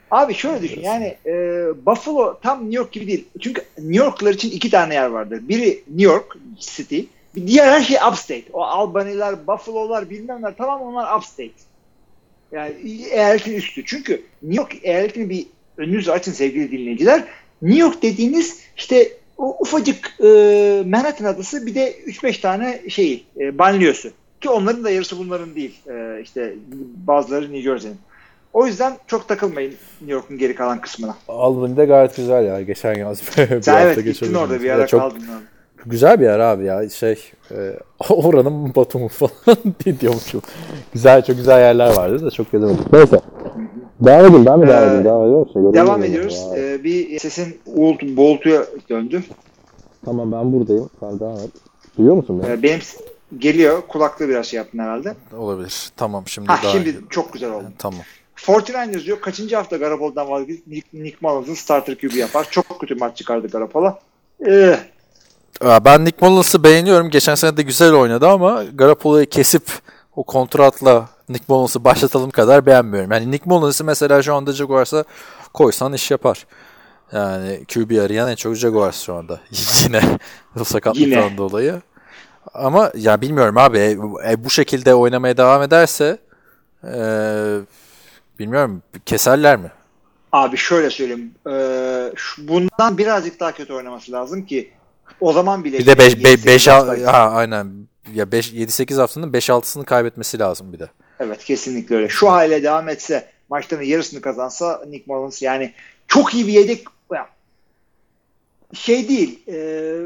Abi şöyle düşün yani e, Buffalo tam New York gibi değil. Çünkü New York'lar için iki tane yer vardır. Biri New York City, bir diğer her şey upstate. O Albany'ler, Buffalo'lar bilmemler tamam onlar upstate. Yani eyaletin üstü. Çünkü New York eyaletini bir önünüzü açın sevgili dinleyiciler. New York dediğiniz işte o ufacık e, Manhattan adası bir de üç beş tane şeyi e, banliyosu. Ki onların da yarısı bunların değil. E, işte bazıları New Jersey'nin. O yüzden çok takılmayın New York'un geri kalan kısmına. Albany'de gayet güzel ya. Geçen yaz bir Sen evet gittin geçirdim. orada bir ara çok, kaldın abi. Güzel bir yer abi ya. Şey e, oranın Batum'u falan diyormuşum. Güzel çok güzel yerler vardı da çok gezemedim. Neyse. Devam edin. Ben mi devam edeyim? Ee, devam ediyoruz. Şey, devam ediyoruz. Ee, bir sesin uğultu, boğultuya döndü. Tamam ben buradayım. Sen devam et. Duyuyor musun beni? Ee, benim geliyor. Kulaklığı biraz şey yaptın herhalde. Olabilir. Tamam şimdi ha, daha Şimdi iyi. çok güzel oldu. Yani, tamam. kırk dokuz diyor. Kaçıncı hafta Garoppolo'dan vazgeçip Nick, Nick Mullins'ın starter Q B yapar. Çok kötü maç çıkardı Garoppolo. Ee, Ben Nick Mullins'ı beğeniyorum. Geçen sene de güzel oynadı ama Garoppolo'yu kesip o kontratla Nick Mullins'ı başlatalım kadar beğenmiyorum. Yani Nick Mullins'ı mesela şu anda Jaguars'a koysan iş yapar. Yani Q B arayan en çok Jaguars şu anda. Yine o sakatlıktan dolayı. Ama ya bilmiyorum abi e, bu şekilde oynamaya devam ederse e, bilmiyorum keserler mi? Abi şöyle söyleyeyim. E, şu, bundan birazcık daha kötü oynaması lazım ki o zaman bile bir de beş ha aynen ya yedi sekiz haftanın beş altısını kaybetmesi lazım bir de. Evet kesinlikle öyle. Şu hale devam etse maçların yarısını kazansa Nick Mullins yani çok iyi bir yedek şey değil e,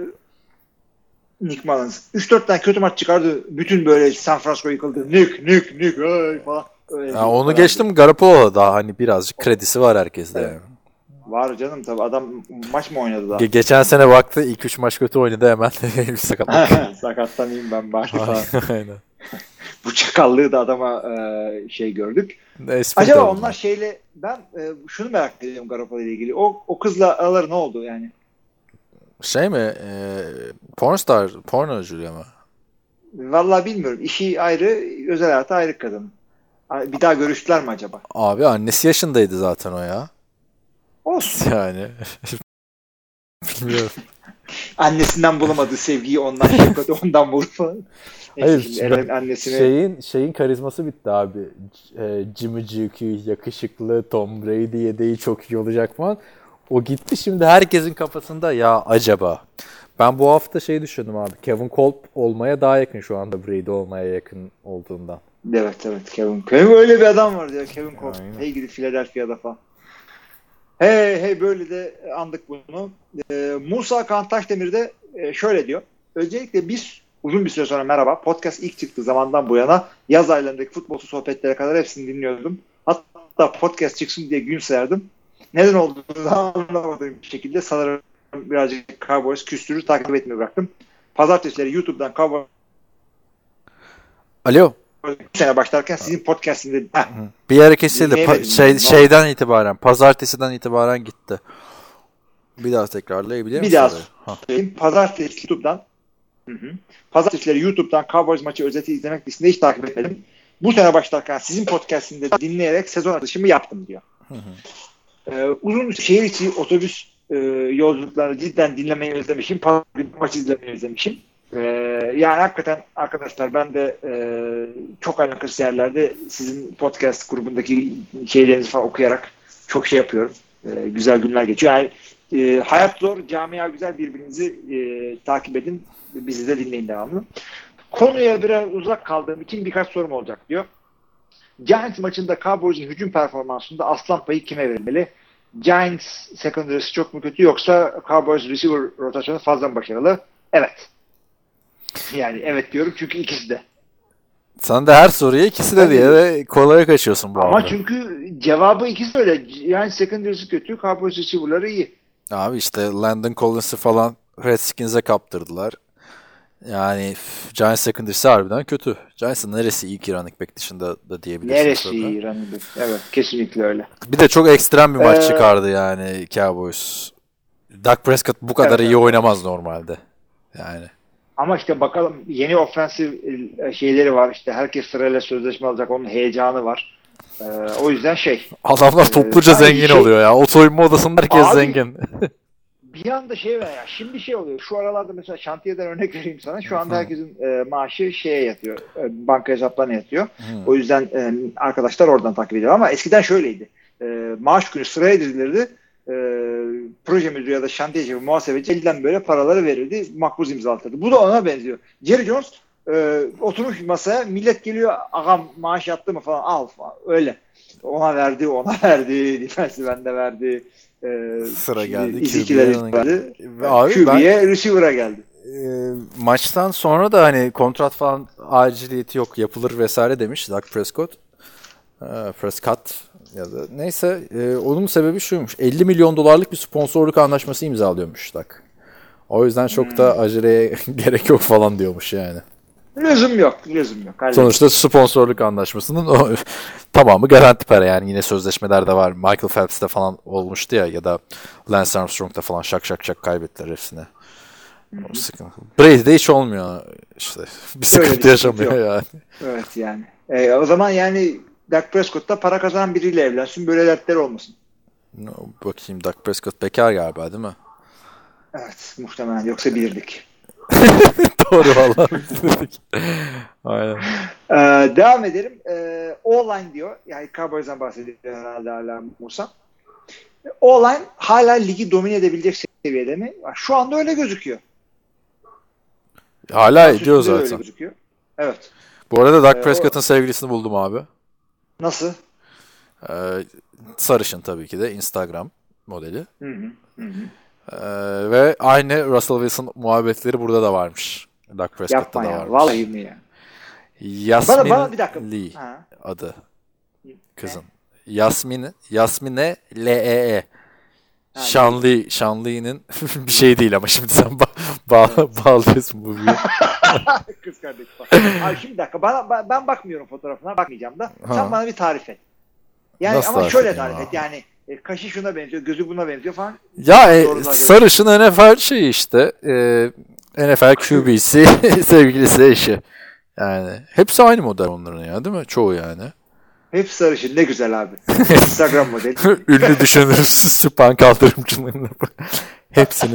Nick Mullins. üç dört tane kötü maç çıkardı. Bütün böyle San Francisco yıkıldı. Nick, Nick, Nick ay falan. Ya onu geçtim Garoppolo'da daha hani birazcık kredisi var herkeste evet. Yani. Var canım tabii adam maç mı oynadı daha? Ge- geçen sene baktı ilk üç maç kötü oynadı hemen bir sakatlık. Sakatlanayım ben bari falan. Aynen. Bu çakallığı da adama e, şey gördük. Espri Acaba onlar var. Şeyle ben e, şunu merak ediyorum Garoppolo ile ilgili. O o kızla araları ne oldu yani? Şey mi? E, pornstar, pornocuyla mı? Vallahi bilmiyorum. İşi ayrı, özel hayatı ayrı kadın. Bir daha görüştüler mi acaba? Abi annesi yaşındaydı zaten o ya. Olsun. Yani. Bilmiyorum. Annesinden bulamadığı sevgiyi ondan şefkati ondan buldu falan. Hayır, şimdi annesine... şeyin şeyin karizması bitti abi. E, Jimmy G Q yakışıklı, Tom Brady yedeği çok iyi olacak falan. O gitti şimdi herkesin kafasında ya acaba. Ben bu hafta şey düşündüm abi. Kevin Kolb olmaya daha yakın şu anda Brady olmaya yakın olduğundan. Evet evet Kevin. Kevin öyle bir adam var ya Kevin Kolb. Hey gidi Philadelphia'da falan. Hey hey böyle de andık bunu. Ee, Musa Kaan Taşdemir de e, şöyle diyor. Öncelikle biz uzun bir süre sonra merhaba. Podcast ilk çıktığı zamandan bu yana yaz aylarındaki futbolcu sohbetlere kadar hepsini dinliyordum. Hatta podcast çıksın diye gün sayardım. Neden olduğunu anlamadığım bir şekilde sanırım birazcık Cowboys küstürü takip etmeyi bıraktım. Pazartesileri YouTube'dan Cowboys Alo. Bu sene başlarken sizin podcast'inde bir yere kesildi. Pa- şey, şeyden itibaren, pazartesiden itibaren gitti. Bir daha tekrarlayabilir misin? Bir daha söyleyeyim. Pazartesi YouTube'dan hı hı. Pazartesileri YouTube'dan Cowboys maçı özeti izlemek listinde hiç takip etmedim. Bu sene başlarken sizin podcast'inde dinleyerek sezon atışımı yaptım diyor. Hı hı. Ee, uzun şehir içi otobüs e, yolculuklarını cidden dinlemeyi özlemişim. Pazar maçı izlemeyi özlemişim. Ee, yani hakikaten arkadaşlar ben de e, çok alakasız yerlerde sizin podcast grubundaki şeylerinizi falan okuyarak çok şey yapıyorum. E, güzel günler geçiyor. Yani e, hayat zor, camia güzel, birbirinizi e, takip edin. Bizi de dinleyin devamlı. Konuya biraz uzak kaldığım için birkaç sorum olacak diyor. Giants maçında Cowboys'un hücum performansında aslan payı kime verilmeli? Giants secondary'si çok mu kötü yoksa Cowboys receiver rotasyonu fazla mı başarılı? Evet. Yani evet diyorum çünkü ikisi de. Sen de her soruya ikisi de diye de kolaya kaçıyorsun bu arada. Ama çünkü cevabı ikisi de öyle. Yani secondary'si kötü, Cowboys receiver'ları iyi. Abi işte Landon Collins'i falan Redskins'e kaptırdılar. Yani Giants secondary'si harbiden kötü. Giants'ın neresi iyi ki running back dışında da diyebilirsin. Neresi iyi running back? Evet kesinlikle öyle. Bir de çok ekstrem bir maç ee, çıkardı yani Cowboys. Dak Prescott bu kadar evet, iyi evet. oynamaz normalde. Yani. Ama işte bakalım yeni ofensif şeyleri var. İşte herkes sırayla sözleşme alacak. Onun heyecanı var. Ee, o yüzden şey. Adamlar topluca Ee, zengin şey, oluyor ya. O soyunma odasında herkes abi, zengin. Bir anda şey var ya. Şimdi şey oluyor. Şu aralarda mesela şantiyeden örnek vereyim sana. Şu anda herkesin e, maaşı şeye yatıyor. E, banka hesaplarına yatıyor. Hmm. O yüzden e, arkadaşlar oradan takip ediyor. Ama eskiden şöyleydi. E, maaş günü sıraya dizilirdi. E, proje müdürü ya da şantiyeci, muhasebeci elden böyle paraları verirdi. Makbuz imzalatırdı. Bu da ona benziyor. Jerry Jones e, oturmuş masaya, millet geliyor, ağam maaş yattı mı falan, al falan. Öyle. Ona verdi, ona verdi. Defensive de verdi. Ee, Sıra geldi. İzikilere geldi. Abi Q B'ye ben, receiver'a geldi. E, maçtan sonra da hani kontrat falan aciliyeti yok, yapılır vesaire demiş Dak Prescott. E, Prescott ya da neyse e, onun sebebi şuymuş. elli milyon dolarlık bir sponsorluk anlaşması imzalıyormuş Dak. O yüzden çok hmm. da aceleye gerek yok falan diyormuş yani. Lüzum yok, lüzum yok. Hadi. Sonuçta sponsorluk anlaşmasının o, tamamı garanti para yani, yine sözleşmeler de var. Michael Phelps'te falan olmuştu ya, ya da Lance Armstrong'da falan şak şak şak kaybettiler hepsini. O sıkıntı. Brady'de hiç olmuyor işte. Bir sıkıntı bir yaşamıyor yok. Yani. Evet yani. E, o zaman yani Dak Prescott'ta para kazanan biriyle evlensin, böyle dertleri olmasın. No, bakayım, Dak Prescott bekar galiba değil mi? Evet, muhtemelen, yoksa bilirdik. Doğru vallahi bilirdik. Aynen. Ee, devam edelim. Ee, O-line diyor. Yani Cowboys'dan bahsediyor herhalde hala Musa. O-line hala ligi domine edebilecek seviyede mi? Şu anda öyle gözüküyor. Hala ediyor zaten. Öyle gözüküyor. Evet. Bu arada Dak ee, Prescott'ın o... sevgilisini buldum abi. Nasıl? Ee, sarışın tabii ki de, Instagram modeli. Hı hı. Hı hı. Ee, ve aynı Russell Wilson muhabbetleri burada da varmış. Dak Prescott'ta da ya, varmış. Vallahi mi ya? Yasmin bana, bana bir dakika. Lee ha. adı kızın. Ne? Yasmin Yasmine L E E. Şanlı Şanlı'nın bir şey değil ama şimdi sen ba- ba- evet. bağlıyorsun bu bir. Kız kardeş falan. Abi şimdi bir dakika, bana, ben bakmıyorum fotoğrafına, bakmayacağım da. Ha. Sen bana bir tarif et. Yani nasıl ama tarif şöyle tarif abi? et yani. E, kaşı şuna benziyor, gözü buna benziyor falan. Ya e, sarışın N F L şeyi işte. E, N F L Q B'si, sevgilisi, eşi. Yani hepsi aynı model onların ya, değil mi? Çoğu yani. Hepsi sarışın, ne güzel abi. Instagram modeli. Ünlü düşünürüz Süpan Kaldırımcılığında. Hepsinin.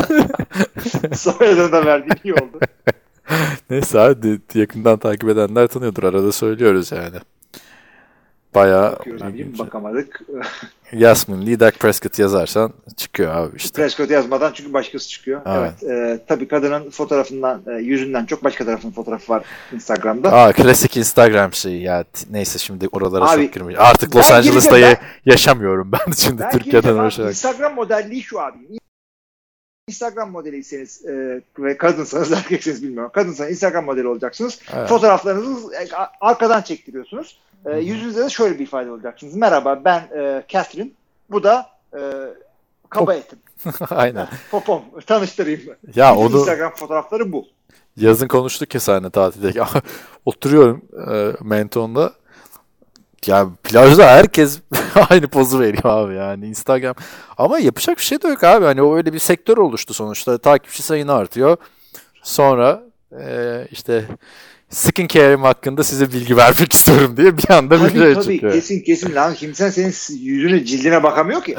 Soyadını da verdiğin iyi oldu. Neyse abi, yakından takip edenler tanıyordur, arada söylüyoruz yani. Bayağı bakıyoruz abicim, bakamadık. Yasmin Lee, Dak Prescott yazarsan çıkıyor abi işte. Prescott yazmadan çünkü başkası çıkıyor. Evet. evet e, tabii kadının fotoğrafından, e, yüzünden çok başka tarafının fotoğrafı var Instagram'da. Aa, klasik Instagram şeyi ya. Neyse şimdi oralara abi, çok girmeyeceğim. Artık Los Angeles'ta ya- yaşamıyorum ben şimdi ben Türkiye'den uğraşarak. Instagram modelliği şu abi. Instagram modeliyseniz e, ve kadınsanız, erkekseniz bilmiyorum. Kadınsanız Instagram modeli olacaksınız. Evet. Fotoğraflarınızı e, arkadan çektiriyorsunuz. E, yüzünüzde de şöyle bir ifade olacaksınız. Merhaba, ben e, Catherine. Bu da e, kaba etim. Aynen. Popom. Tanıştırayım. Ya Bütün onu... Instagram fotoğrafları bu. Yazın konuştuk ya seninle tatilde. Oturuyorum e, Menton'da. Ya plajda herkes aynı pozu veriyor abi yani, Instagram. Ama yapacak bir şey de yok abi. Hani o öyle bir sektör oluştu sonuçta. Takipçi sayını artıyor. Sonra e, işte skin care'im hakkında size bilgi vermek istiyorum diye bir anda bir tabii, şey tabii, çıkıyor. Kesin kesin lan. Kimsen senin yüzüne, cildine bakamıyor ki.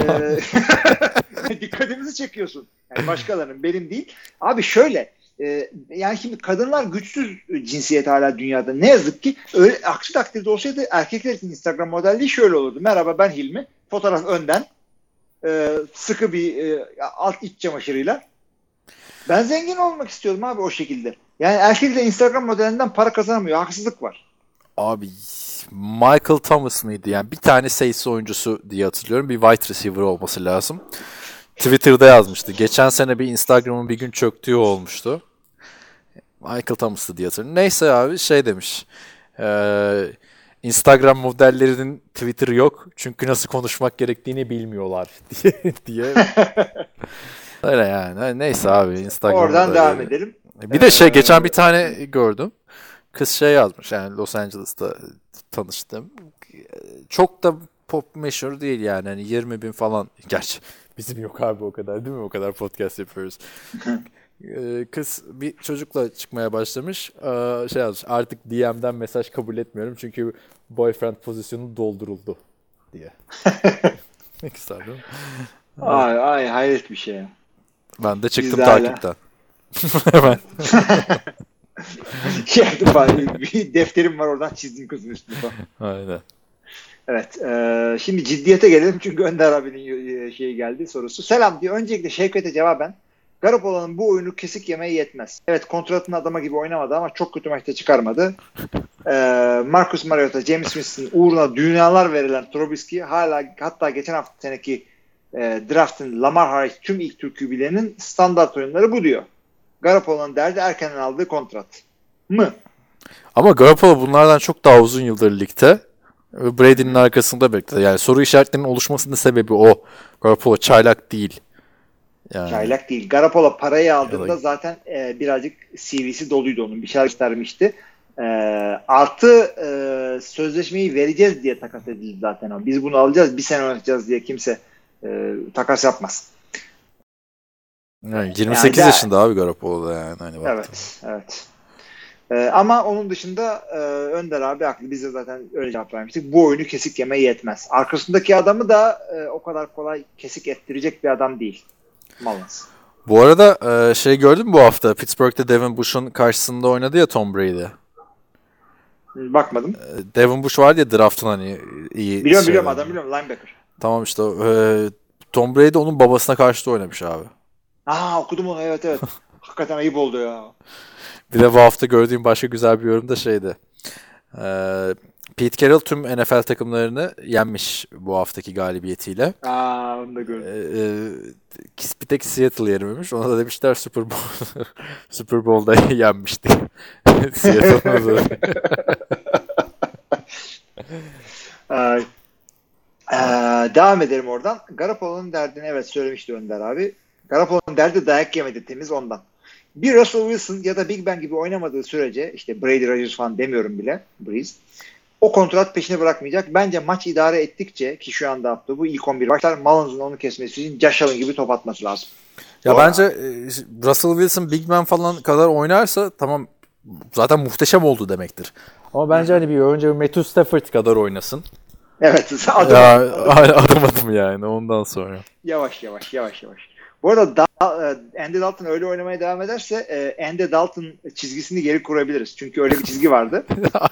Dikkatimizi çekiyorsun. Yani başkalarının, benim değil. Abi şöyle. Ee, yani şimdi kadınlar güçsüz cinsiyet hala dünyada. Ne yazık ki öyle, aksi takdirde olsaydı erkekler için Instagram modelliği şöyle olurdu. Merhaba, ben Hilmi. Fotoğraf önden. E, sıkı bir e, alt iç çamaşırıyla. Ben zengin olmak istiyordum abi o şekilde. Yani erkekler Instagram modelinden para kazanamıyor. Haksızlık var. Abi Michael Thomas mıydı? Yani bir tane Saints oyuncusu diye hatırlıyorum. Bir wide receiver olması lazım. Twitter'da yazmıştı. Geçen sene bir Instagram'ın bir gün çöktüğü olmuştu. Michael Thomas'tı diye hatırlıyorum. Neyse abi şey demiş. Ee, Instagram modellerinin Twitter'ı yok. Çünkü nasıl konuşmak gerektiğini bilmiyorlar diye. diye. Öyle yani. Neyse abi Instagram'da. Oradan devam edelim. Bir de şey ee, geçen bir tane gördüm. Kız şey yazmış, yani Los Angeles'ta tanıştım. Çok da pop meşhur değil yani. Hani yirmi bin falan. Gerçi bizim yok abi o kadar, değil mi? O kadar podcast yapıyoruz. Ee, kız bir çocukla çıkmaya başlamış. Ee, şey yazmış, artık D M'den mesaj kabul etmiyorum çünkü boyfriend pozisyonu dolduruldu diye. Ne güzel değil mi? Ay ay hayret bir şey ya. Ben de çıktım Biz de takipten. Hemen. Şey yaptım falan, bir defterim var oradan çizdim kızın üstüne falan. Aynen. Evet. E, şimdi ciddiyete gelelim çünkü Önder abinin şeyi geldi sorusu. Selam diyor. Öncelikle Şevket'e cevaben Garoppolo'nun bu oyunu kesik yemeye yetmez. Evet, kontratını adama gibi oynamadı ama çok kötü maçta çıkarmadı. Ee, Marcus Mariota, James Winston uğruna dünyalar verilen Trubisky hala, hatta geçen hafta seneki e, draftın Lamar hariç tüm ilk Türk Q B'lerinin standart oyunları bu diyor. Garoppolo'nun derdi erkenden aldığı kontrat mı? Ama Garoppolo bunlardan çok daha uzun yıldır ligde. Brady'nin arkasında bekledi. Yani soru işaretlerinin oluşmasının sebebi o. Garoppolo çaylak değil. Yani. Çaylak değil. Garoppolo parayı aldığında da... zaten e, birazcık C V'si doluydu onun. Bir şeyler göstermişti. E, artı e, sözleşmeyi vereceğiz diye takas edildi zaten o. Biz bunu alacağız, bir sene oynatacağız diye kimse e, takas yapmaz. Yani yirmi sekiz yani yaşında de, abi Garoppolo da yani. Hani evet, evet. E, ama onun dışında e, Önder abi haklı. Biz de zaten öyle cevap vermiştik. Bu oyunu kesik yemeye yetmez. Arkasındaki adamı da e, o kadar kolay kesik ettirecek bir adam değil. Mullins. Bu arada e, şey gördün mü bu hafta? Pittsburgh'te Devin Bush'un karşısında oynadı ya Tom Brady. Bakmadım. E, Devin Bush vardı ya draft'ın hani iyi. Biliyorum biliyorum adam biliyorum linebacker. Tamam işte e, Tom Brady onun babasına karşı da oynamış abi. Aa okudum onu, evet evet. Hakikaten ayıp oldu ya. Bir de bu hafta gördüğüm başka güzel bir yorum da şeydi. Eee Pete Carroll tüm N F L takımlarını yenmiş bu haftaki galibiyetiyle. Aa, onu da gördüm. Ee, bir tek Seattle yenememiş. Ona da demişler Super Bowl Super Bowl'da yenmişti. Seattle'ın da. ee, ee, devam edelim oradan. Garoppolo'nun derdini evet söylemişti Önder abi. Garoppolo'nun derdi dayak yemedi, temiz ondan. Bir Russell Wilson ya da Big Ben gibi oynamadığı sürece, işte Brady, Rodgers falan demiyorum bile, Breeze, o kontrat peşini bırakmayacak. Bence maç idare ettikçe, ki şu anda yaptığı bu ilk on bir maçlar, Mullins'ın onu kesmesi için Josh Allen gibi top atması lazım. Ya Doğru. Bence Russell Wilson Big Ben falan kadar oynarsa tamam, zaten muhteşem oldu demektir. Ama bence hani bir önce bir Matthew Stafford kadar oynasın. Evet. Adım ya, adım adım yani ondan sonra. Yavaş yavaş yavaş yavaş. Bu arada da, Andy Dalton öyle oynamaya devam ederse Andy Dalton çizgisini geri kurabiliriz. Çünkü öyle bir çizgi vardı.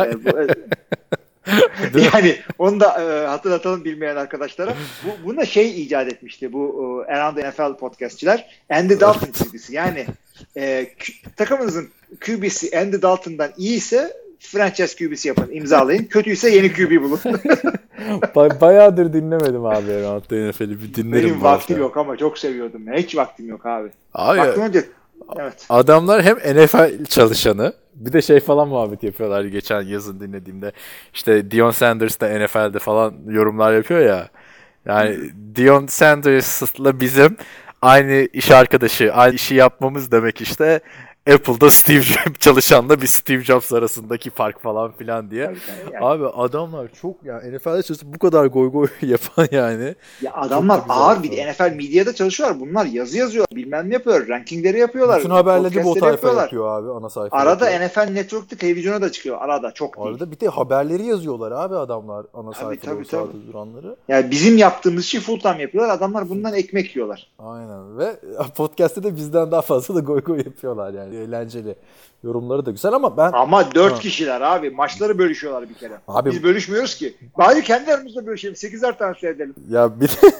Yani onu da hatırlatalım bilmeyen arkadaşlara. Bu, bunu da şey icat etmişti bu Around the N F L podcastçiler. Andy Dalton çizgisi. Yani e, takımınızın Q B'si Andy Dalton'dan iyiyse franchise Q B'si yapın, imzalayın. Kötüyse yeni Q B bulun. Ba- bayağıdır dinlemedim abi Around the N F L'i. Bir dinlerim. Benim vaktim yok ama çok seviyordum. Hiç vaktim yok abi. Abi vaktim önce... evet. Adamlar hem N F L çalışanı, bir de şey falan muhabbet yapıyorlar geçen yazın dinlediğimde. İşte Deion Sanders da N F L'de falan yorumlar yapıyor ya. Yani hmm. Deion Sanders'la bizim aynı iş arkadaşı, aynı işi yapmamız demek işte. Apple'da Steve Jobs çalışanla bir Steve Jobs arasındaki fark falan filan diye. Yani. Abi adamlar çok yani N F L'de çalışıp bu kadar goy goy yapan yani. Ya adamlar ağır bir N F L medyada çalışıyorlar. Bunlar yazı yazıyorlar. Bilmem ne yapıyorlar. Rankingleri yapıyorlar. Bütün haberleri bu tayfa yapıyor abi ana sayfada. Arada yapıyor. N F L Network'ta televizyona da çıkıyor. Arada çok değil. Arada bir de haberleri yazıyorlar abi adamlar ana sayfada tabii, o saatte duranları. Yani bizim yaptığımız işi full time yapıyorlar. Adamlar bundan ekmek yiyorlar. Aynen ve podcast'te de bizden daha fazla da goy goy yapıyorlar yani. Eğlenceli. Yorumları da güzel ama ben... Ama dört ha. kişiler abi. Maçları bölüşüyorlar bir kere. Abi, biz bölüşmüyoruz ki. Bari kendi aramızda bölüşelim. sekizer tane seyredelim. Ya bir de...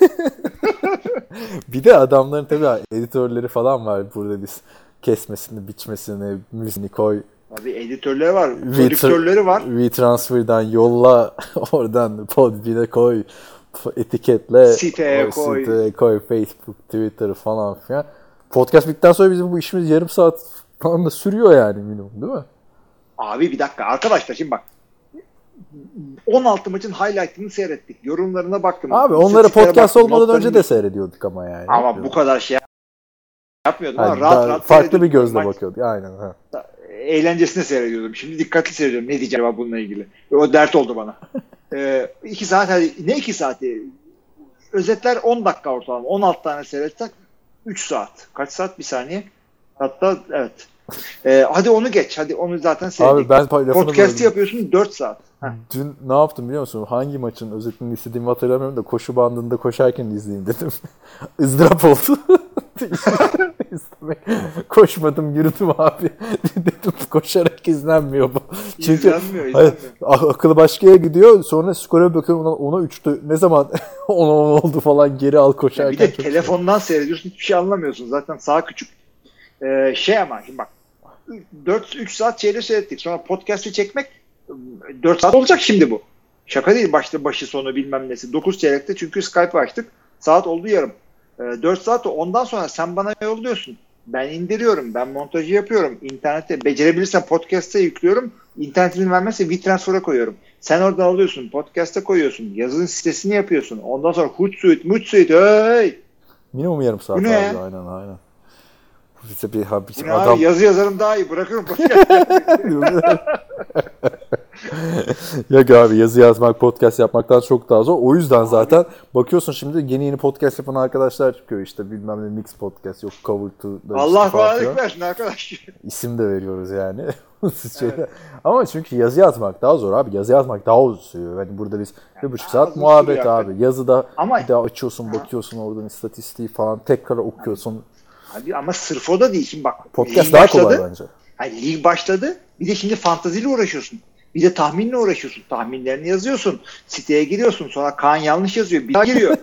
bir de adamların tabii editörleri falan var burada biz. Kesmesini, biçmesini, müziğini koy. Abi editörleri var. Prodüktörleri var. WeTransfer'dan yolla. Oradan Podbean'e koy. Etiketle. Siteye koy. Siteye koy. Facebook, Twitter falan filan. Podcast bittikten sonra bizim bu işimiz yarım saat falan da sürüyor yani minimum değil mi? Abi bir dakika arkadaşlar şimdi bak. on altı maçın highlight'ını seyrettik. Yorumlarına baktım. Abi onları podcast baktım, olmadan önce de seyrediyorduk ama yani. Ama bu kadar şey yapmıyordum. Yani ama rahat rahat farklı bir gözle bakıyorduk. Aynen. Ha. Eğlencesine seyrediyordum. Şimdi dikkatli seyrediyorum. Ne diyeceğim bununla ilgili. O dert oldu bana. ee, iki saat hadi. Ne iki saati? Özetler on dakika ortalama. on altı tane seyretsek üç saat. Kaç saat? Bir saniye. Hatta evet. Ee, hadi onu geç. Hadi onu zaten sevdik. Abi ben podcast'i yapıyorsun dört saat. Heh. Dün ne yaptım biliyor musun? Hangi maçın özetini istediğimi hatırlamıyorum da koşu bandında koşarken izleyeyim dedim. Izdırap oldu. Koşmadım, yürüdüm abi. Dedim koşarak izlenmiyor bu. Çünkü izlenmiyor, izlenmiyor. Hayır, akıllı başka yere gidiyor. Sonra skora bakıyorum ona üçtü. Ne zaman ona on oldu falan geri al koşarken. Bir de telefondan şey. seyrediyorsun, hiçbir şey anlamıyorsun. Zaten sağ küçük. Ee, şey ama şimdi bak dört üç saat şeyde seyrettik. Sonra podcast'i çekmek dört saat olacak şimdi bu. Şaka değil, başta başı sonu bilmem nesi. dokuz çeyrekte çünkü Skype açtık. Saat oldu yarım. E, dört saat o. Ondan sonra sen bana yolluyorsun. Ben indiriyorum. Ben montajı yapıyorum. İnternette becerebilirsem podcast'e yüklüyorum. İnternetin vermezse WeTransfer'a koyuyorum. Sen orada alıyorsun. Podcast'e koyuyorsun. Yazının sitesini yapıyorsun. Ondan sonra Hootsuite, Mootsuite. Hey! Minimum yarım saat abi. Aynen aynen. Bize bir, ha, bir adam... abi, yazı yazarım daha iyi. Bırakırım podcast'ı. Yok abi, yazı yazmak podcast yapmaktan çok daha zor. O yüzden zaten bakıyorsun şimdi yeni yeni podcast yapan arkadaşlar çıkıyor işte bilmem ne mix podcast yok cover to. Allah kolaylık versin arkadaş. İsim de veriyoruz yani. Evet. Ama çünkü yazı yazmak daha zor abi. Yazı yazmak daha uzun sürüyor. Yani burada biz yani bir buçuk saat muhabbet abi. Yani. Yazıda ama... bir daha açıyorsun bakıyorsun oradan istatistiği falan tekrar okuyorsun. Abi ama sırf o da değil. Şimdi bak. Podcast daha başladı. Kolay bence. Yani lig başladı. Bir de şimdi fantaziyle uğraşıyorsun. Bir de tahminle uğraşıyorsun. Tahminlerini yazıyorsun. Siteye giriyorsun. Sonra Kaan yanlış yazıyor. Bir daha giriyor.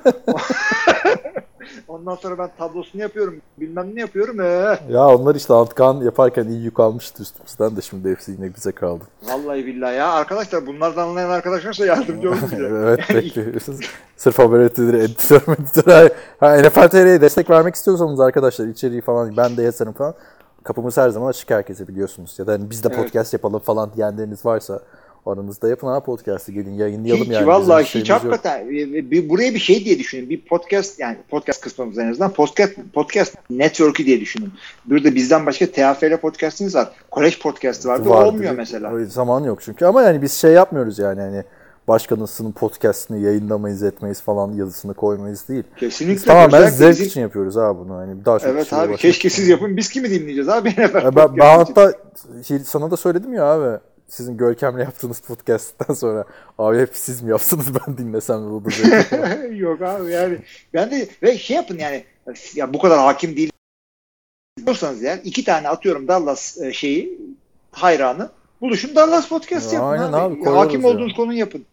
Ondan sonra ben tablosunu yapıyorum. Bilmem ne yapıyorum. Ee. Ya onlar işte Antkan yaparken iyi yük almıştı üstümüzden de şimdi hepsi yine bize kaldı. Vallahi billahi ya. Arkadaşlar bunlardan anlayan arkadaş varsa yardımcı olun bize. Evet bekliyoruz. Sırf haber editörü, editör, editör. Ha, N F L T R'ye destek vermek istiyorsanız arkadaşlar içeriği falan ben de yazarım falan. Kapımız her zaman açık herkese biliyorsunuz. Ya da hani biz de podcast evet. yapalım falan diyenleriniz varsa aranızda yapın ha podcast'ı gelin yayınlayalım hiç, yani. Vallahi hiç hakikaten bir, buraya bir şey diye düşünün. Bir podcast yani podcast kısmımız en azından podcast podcast network'ü diye düşünün. Burada bizden başka T A F L podcast'iniz var. Kolej podcast'ı vardı. Vardı. O olmuyor mesela. O zaman yok çünkü ama yani biz şey yapmıyoruz yani hani başkanısının podcast'ını yayınlamayız etmeyiz falan yazısını koymayız değil. Kesinlikle. Tamam ben zevk bizim... için yapıyoruz abi bunu. Hani daha çok evet abi keşke siz yapın. Biz kimi dinleyeceğiz abi? ben, ben, ben hatta sana da söyledim ya abi. Sizin Görkem'le yaptığınız podcast'tan sonra abi hep siz mi yaptınız ben dinlesem de o da yok abi yani ben de ve şey yapın yani ya bu kadar hakim değil diyorsanız yani iki tane atıyorum Dallas şeyi hayranı buluşun Dallas podcast yapın. Aynen abi. abi hakim olduğunuz ya. Konuyu yapın.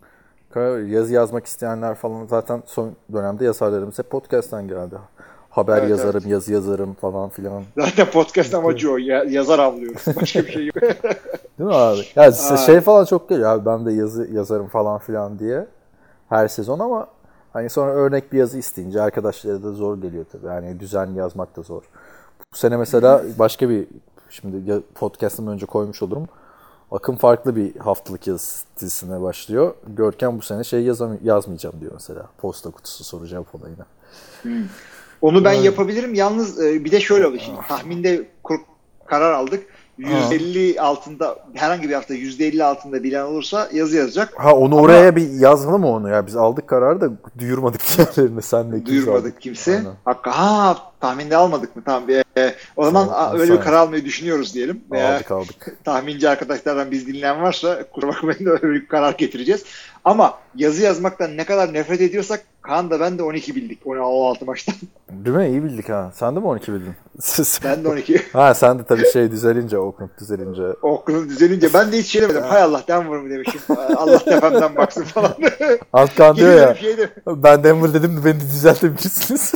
Yazı yazmak isteyenler falan zaten son dönemde yazarlarımız hep podcast'tan geldi. Haber evet, yazarım, evet. yazı yazarım falan filan. Zaten podcast amacı o. Ya, yazar avlıyoruz. Başka bir şey yok. Değil mi abi? Ya şey falan çok geliyor abi ben de yazı yazarım falan filan diye her sezon ama hani sonra örnek bir yazı isteyince arkadaşlara da zor geliyor tabii. Yani düzenli yazmak da zor. Bu sene mesela başka bir şimdi podcast'ımdan önce koymuş olurum. Akın farklı bir haftalık yazı dizisine başlıyor. Görkem bu sene şey yazam- yazmayacağım diyor mesela. Posta kutusu soracağım olayına. Hmm. Onu ben evet. yapabilirim. Yalnız bir de şöyle oldu. Şimdi tahminde kur, karar aldık. yüz elli ha. altında herhangi bir hafta yüzde elli altında bilen olursa yazı yazacak. Ha onu ama oraya bir yazalım mı onu ya? Biz aldık kararı da duyurmadık diğerlerini. Sen de duyurmadık kimse. Aynen. Hakka ha tahminde almadık mı? Tamam. E, o zaman tamam, öyle bir karar almayı düşünüyoruz diyelim. Aldık aldık. Tahminci arkadaşlardan biz dinleyen varsa kusura bakmayın da öyle bir karar getireceğiz. Ama yazı yazmaktan ne kadar nefret ediyorsak Kaan da ben de on iki bildik. on altı maçtan. Değil mi? İyi bildik ha. Sen de mi on iki bildin? Ben de on iki. Ha sen de tabii şey düzelince, Oakland düzelince. Oakland düzelince ben de hiç şey demedim. Hay Allah Denver mı demişim. Allah tepemden baksın falan. Altkan diyor ya. Şeydi. Ben Denver dedim de beni de düzeltebilirsiniz.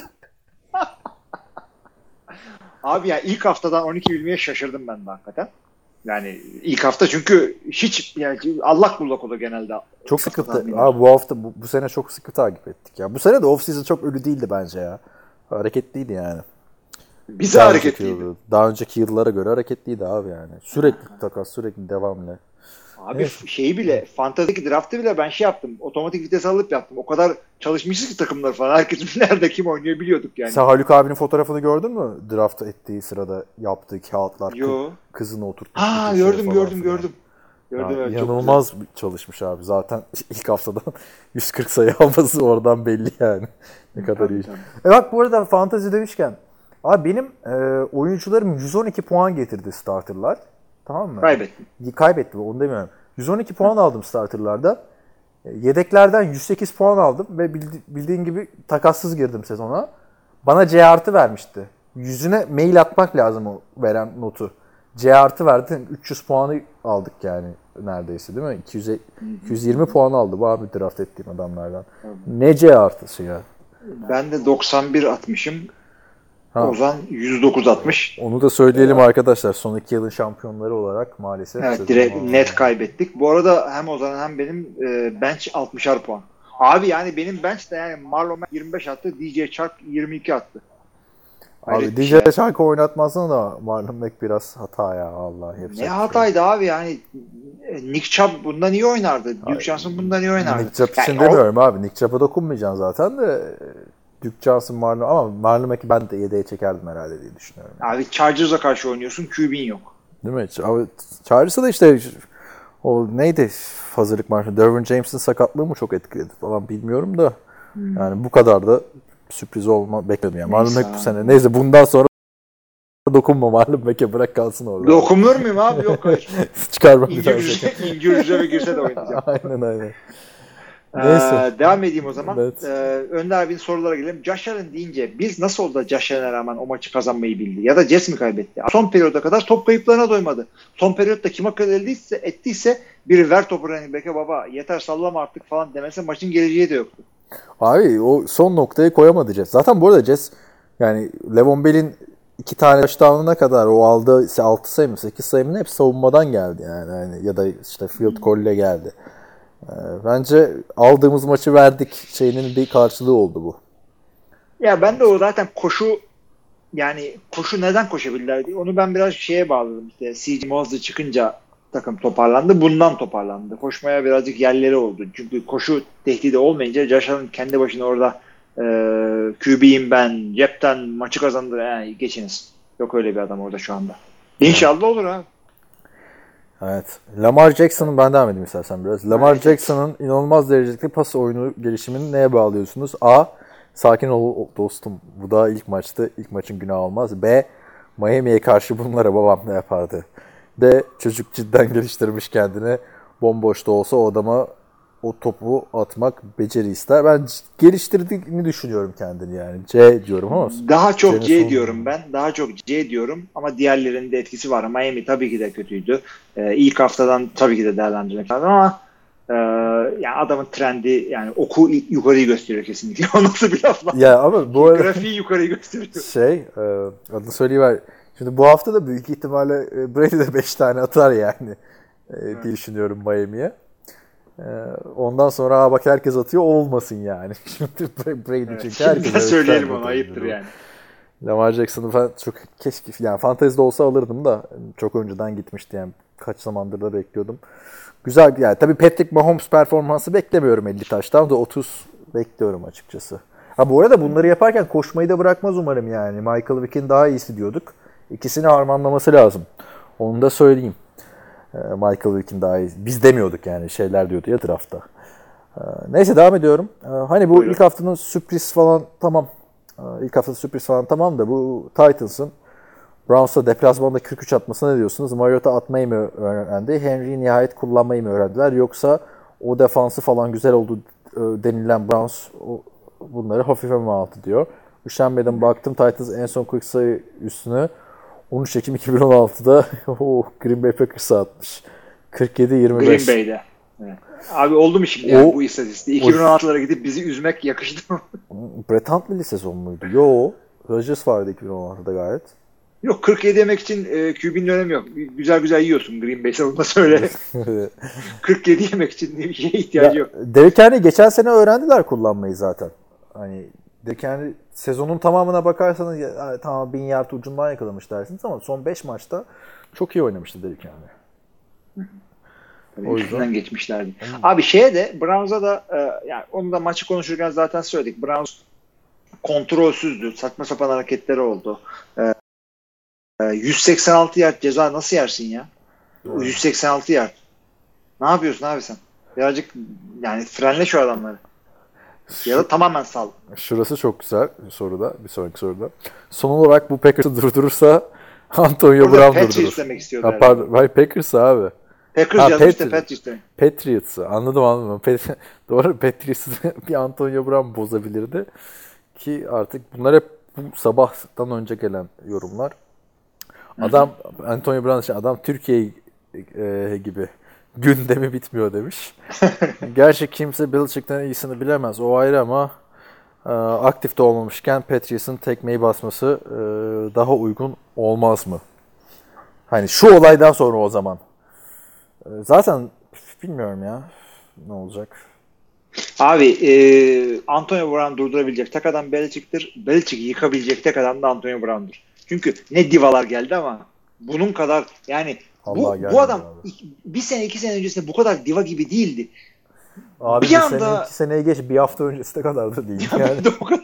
Abi ya ilk haftadan on iki bilmeye şaşırdım ben de hakikaten. Yani ilk hafta çünkü hiç yani allak bullak oldu genelde. Çok sıkı. Abi bu hafta bu, bu sene çok sıkı takip ettik ya. Bu sene de off season çok ölü değildi bence ya. Hareketliydi yani. Bize daha hareketliydi. Yıl, daha önceki yıllara göre hareketliydi abi yani. Sürekli takas, sürekli devamlı. Abi evet. Şeyi bile, fantazideki draftı bile ben şey yaptım. Otomatik vites alıp yaptım. O kadar çalışmışız ki takımlar falan. Herkes nerede kim oynuyor biliyorduk yani. Sen Haluk abinin fotoğrafını gördün mü? Draft ettiği sırada yaptığı kağıtlar. Yo. Kızını oturtmuş. Ha gördüm gördüm gördüm. gördüm. Yani, inanılmaz çalışmış abi. Zaten ilk haftadan yüz kırk sayı alması oradan belli yani. Ne kadar iyi. E bak bu arada fantazi demişken Abi benim e, oyuncularım yüz on iki puan getirdi starterlar. Tamam mı? Kaybettim. Kaybetti onu demiyorum. yüz on iki puan aldım starterlarda. Yedeklerden yüz sekiz puan aldım ve bildi, bildiğin gibi takassız girdim sezona. Bana C artı vermişti. Yüzüne mail atmak lazım o veren notu. C artı verdi. üç yüz puanı aldık yani neredeyse değil mi? iki yüz, iki yüz yirmi puan aldı bu abi draft ettiğim adamlardan. Ne C artısı ya? Ben de doksan bir atmışım. Ha. Ozan yüz dokuz atmış. Onu da söyleyelim arkadaşlar. Son iki yılın şampiyonları olarak maalesef. Evet, direkt net kaybettik. Bu arada hem Ozan hem benim e, bench altmışar puan. Abi yani benim bench de yani Marlon Mack yirmi beş attı. D J Chark yirmi iki attı. Abi D J Chark'ı oynatmasana da Marlon Mack biraz hata ya vallahi. Ne hataydı şey. Abi yani Nick Chubb bundan iyi oynardı. Duke Johnson bundan iyi oynardı. Nick Chubb için yani demiyorum o... abi. Nick Chubb'a dokunmayacaksın zaten de Duke Johnson, Marlon ama Marlon Mack'i ben de yedeğe çekerdim herhalde diye düşünüyorum. Yani. Abi Chargers'a karşı oynuyorsun. Q B'in yok. Değil mi? Abi Chargers'a da işte o neydi hazırlık maçı? Derwin James'in sakatlığı mı çok etkiledi falan bilmiyorum da hmm. yani bu kadar da sürpriz olma bekledim yani. Marlon Mack bu sene. Neyse bundan sonra dokunma Marlon Mack'e bırak kalsın orada. Dokunur muyum abi? Yok hayır. Çıkarma bir tane. İngilizce girse de oynayacağım. Aynen aynen. Neyse. Ee, devam edeyim o zaman. Evet. Ee, Önder abinin sorulara gelelim. Josh Allen deyince biz nasıl oldu da Josh Allen'e rağmen o maçı kazanmayı bildi? Ya da Jets mi kaybetti? Son periyoda kadar top kayıplarına doymadı. Son periyotta kim akıl ettiyse, ettiyse biri ver topu running back'e baba yeter sallama artık falan demese maçın geleceği de yoktu. Abi o son noktayı koyamadı Jets. Zaten bu arada Jets yani Le'Veon Bell'in iki tane touchdown'una kadar o aldığı altı sayı mı sekiz sayı mı hep savunmadan geldi yani. yani ya da işte field goal ile geldi. Bence aldığımız maçı verdik şeyinin bir karşılığı oldu bu. Ya ben de o zaten koşu yani koşu neden koşabildiler onu ben biraz şeye bağladım işte C J Mosley çıkınca takım toparlandı bundan toparlandı. Koşmaya birazcık yerleri oldu. Çünkü koşu tehdidi olmayınca Josh Allen kendi başına orada e, Q B'yim ben cepten maçı kazandı yani geçiniz. Yok öyle bir adam orada şu anda. İnşallah olur ha. Evet. Lamar Jackson'ın ben devam edeyim istersen biraz. Lamar Jackson'ın inanılmaz derecedeki pas oyunu gelişimini neye bağlıyorsunuz? A. Sakin ol dostum. Bu da ilk maçtı. İlk maçın günahı olmaz. B. Miami'ye karşı bunlara babam ne yapardı? D. Çocuk cidden geliştirmiş kendini. Bomboş da olsa o adama o topu atmak beceri ister. Ben geliştirdiğini düşünüyorum kendini yani. C diyorum ama. Daha çok C son... diyorum ben. Daha çok C diyorum ama diğerlerinin de etkisi var. Miami tabii ki de kötüydü. Ee, ilk haftadan tabii ki de değerlendirmek lazım ama e, yani adamın trendi yani oku yukarıyı gösteriyor kesinlikle. O nasıl bir laf lan? Ya ama bu arada grafiği yukarıyı gösteriyor. Şey, e, adını söyleyiver. Şimdi bu hafta da büyük ihtimalle Brady de beş tane atar yani. E, evet. diye düşünüyorum Miami'ye. Ondan sonra ha bak herkes atıyor olmasın yani. Şimdi Brady evet, çünkü herkes söyleyelim onu ayıptır yani. Lamar Jackson'ı falan çok keşke yani fantezide olsa alırdım da çok önceden gitmişti yani kaç zamandır da bekliyordum. Güzel yani tabii Patrick Mahomes performansı beklemiyorum elli taştan da otuz bekliyorum açıkçası. Ha bu arada bunları yaparken koşmayı da bırakmaz umarım yani. Michael Vick'in daha iyisi diyorduk. İkisini harmanlaması lazım. Onu da söyleyeyim. Michael Vick'in daha iyi. Biz demiyorduk yani şeyler diyordu ya draftta. Neyse devam ediyorum. Hani bu Buyurun. ilk haftanın sürpriz falan tamam. İlk haftanın sürpriz falan tamam da bu Titans'ın Browns'a deplasmanda kırk üç atmasına ne diyorsunuz? Mariota atmayı mı öğrendi? Henry'i nihayet kullanmayı mı öğrendiler? Yoksa o defansı falan güzel oldu denilen Browns bunları hafife mi aldı diyor. Üşenmeden baktım Titans en son kırk sayı üstünü on üç Ekim iki bin on altıda oh, Green Bay Packers'a atmış. kırk yedi yirmi beş. Green Bay'de. Evet. Abi oldu mu şimdi yani bu istatistiği? iki bin on altılara gidip bizi üzmek yakıştı mı? Brett Huntley sezon muydu? Yo. Rodgers vardı iki bin on altıda gayet. Yok kırk yedi yemek için e, Q B'nin önemi yok. Güzel güzel yiyorsun Green Bay savunma söyle. kırk yedi yemek için bir şeye ihtiyacı ya, yok. Derrick Henry geçen sene öğrendiler kullanmayı zaten. Hani Derrick Henry sezonun tamamına bakarsanız ya, tamam bin yard ucundan yakalamış dersiniz ama son beş maçta çok iyi oynamıştı Derrick Henry. O yüzden geçmişlerdi. Hmm. Abi şeye de Browns'a da e, yani onu da maçı konuşurken zaten söyledik. Browns kontrolsüzdü. Saçma sapan hareketleri oldu. E, e, yüz seksen altı yard ceza nasıl yersin ya? Hmm. yüz seksen altı yard. Ne yapıyorsun abi sen? Birazcık yani frenle şu adamları. Ya da tamamen sal. Şurası çok güzel soruda. Bir sonraki soruda. Son olarak bu Packers'ı durdurursa Antonio Brown durdurur. demek istiyordu. Ha, pardon. Hayır, Packers abi. Packers ha, yazmış da Patriots demek. Patriots'ı. Anladım anladım. Pat- Doğru, Patriots'ı bir Antonio Brown bozabilirdi. Ki artık bunlar hep bu sabahtan önce gelen yorumlar. Adam, Antonio Brown için adam Türkiye e, gibi gündemi bitmiyor demiş. Gerçi kimse Belichick'ten iyisini bilemez. O ayrı ama e, aktif de olmamışken Patriots'ın tekmeyi basması e, daha uygun olmaz mı? Hani şu olaydan sonra o zaman. E, zaten bilmiyorum ya ne olacak. Abi e, Antonio Brown durdurabilecek tek adam Belichick'tir. Belichick'i yıkabilecek tek adam da Antonio Brown'dur. Çünkü ne divalar geldi ama bunun kadar yani bu, bu adam abi. bir sene iki sene öncesinde bu kadar diva gibi değildi. Abi bir, bir anda... sene iki seneye geç bir hafta öncesine kadar da değil. Yani.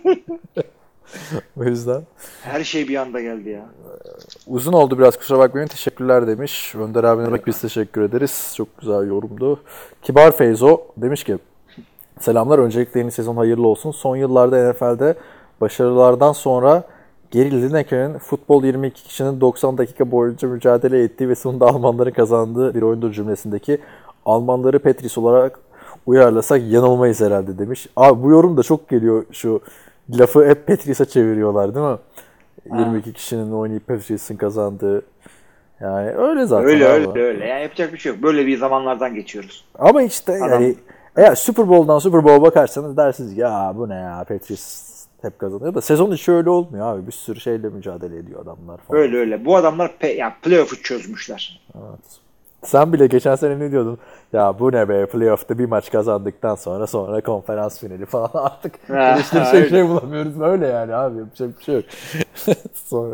O yüzden. Her şey bir anda geldi ya. Uzun oldu biraz, kusura bakmayın. Teşekkürler demiş. Önder abine evet. Biz teşekkür ederiz. Çok güzel yorumdu. Kibar Feyzo demiş ki selamlar. Öncelikle yeni sezon hayırlı olsun. Son yıllarda N F L'de başarılardan sonra Gary Lineker'in futbol yirmi iki kişinin doksan dakika boyunca mücadele ettiği ve sonunda Almanların kazandığı bir oyundur cümlesindeki Almanları Patriots olarak uyarlasak yanılmayız herhalde demiş. Abi bu yorum da çok geliyor, şu lafı hep Patriots'a çeviriyorlar değil mi? Ha. yirmi iki kişinin oynayıp Patriots'ın kazandığı. Yani öyle zaten. Öyle öyle ama. öyle. Yani yapacak bir şey yok. Böyle bir zamanlardan geçiyoruz. Ama işte Adam... yani eğer Super Bowl'dan Super Bowl'a bakarsanız dersiniz ya bu ne ya, Patriots hep kazanıyor da sezon içi öyle olmuyor abi. Bir sürü şeyle mücadele ediyor adamlar falan. Öyle öyle. Bu adamlar pe- yani playoff'u çözmüşler. Evet. Sen bile geçen sene ne diyordun? Ya bu ne be, playoff'ta bir maç kazandıktan sonra sonra konferans finali falan artık işte şey, şey bulamıyoruz. Böyle yani abi, yapacak bir şey yok. Sonra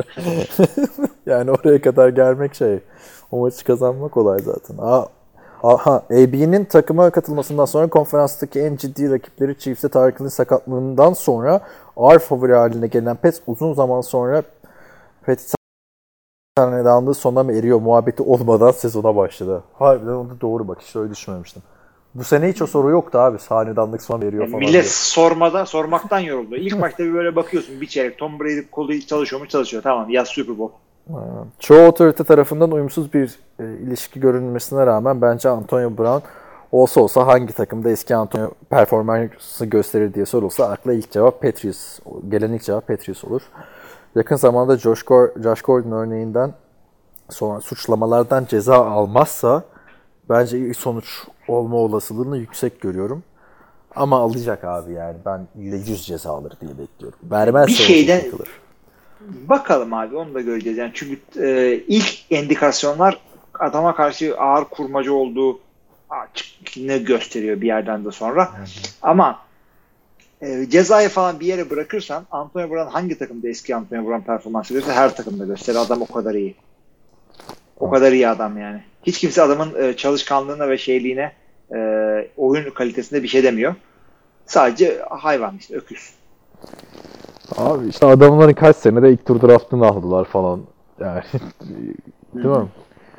yani oraya kadar gelmek şey, o maçı kazanmak kolay zaten. Aa, aha, A B'nin takıma katılmasından sonra konferanstaki en ciddi rakipleri Chiefs'te Tyreek Hill'in sakatlığından sonra ağır favori haline gelen Pets uzun zaman sonra Pets hanedanlığı sonuna mı eriyor muhabbeti olmadan sezona başladı. Harbiden o da doğru, bak hiç öyle düşünmemiştim. Bu sene hiç o soru yoktu abi. Hanedanlık sona eriyor yani falan. Millet diye. sormada, sormaktan yoruldu. İlk başta bir böyle bakıyorsun, bir çeyrek Tom Brady kolu çalışıyor mu çalışıyor. Tamam, yaz Super Bowl. Çoğu otorite tarafından uyumsuz bir e, ilişki görünmesine rağmen bence Antonio Brown olsa olsa hangi takımda eski Antonio performansı gösterir diye sorulsa akla ilk cevap Patriots. Gelen ilk cevap Patriots olur. Yakın zamanda Josh, Gor- Josh Gordon örneğinden sonra suçlamalardan ceza almazsa bence ilk sonuç olma olasılığını yüksek görüyorum. Ama alacak abi yani. Ben yüz ceza alır diye bekliyorum. Vermezse bir şeyden bakalım abi, onu da göreceğiz. Yani çünkü e, ilk indikasyonlar adama karşı ağır kurmacı olduğu açıklığını gösteriyor bir yerden de sonra. Hı hı. Ama e, cezayı falan bir yere bırakırsan Antonio Brown hangi takımda eski Antonio Brown performansı gösterir? Her takımda gösterir. Adam o kadar iyi. O kadar iyi adam yani. Hiç kimse adamın e, çalışkanlığına ve şeyliğine, e, oyun kalitesinde bir şey demiyor. Sadece hayvan işte, öküz. Abi işte adamların kaç senede ilk tur draftını aldılar falan. Yani değil mi?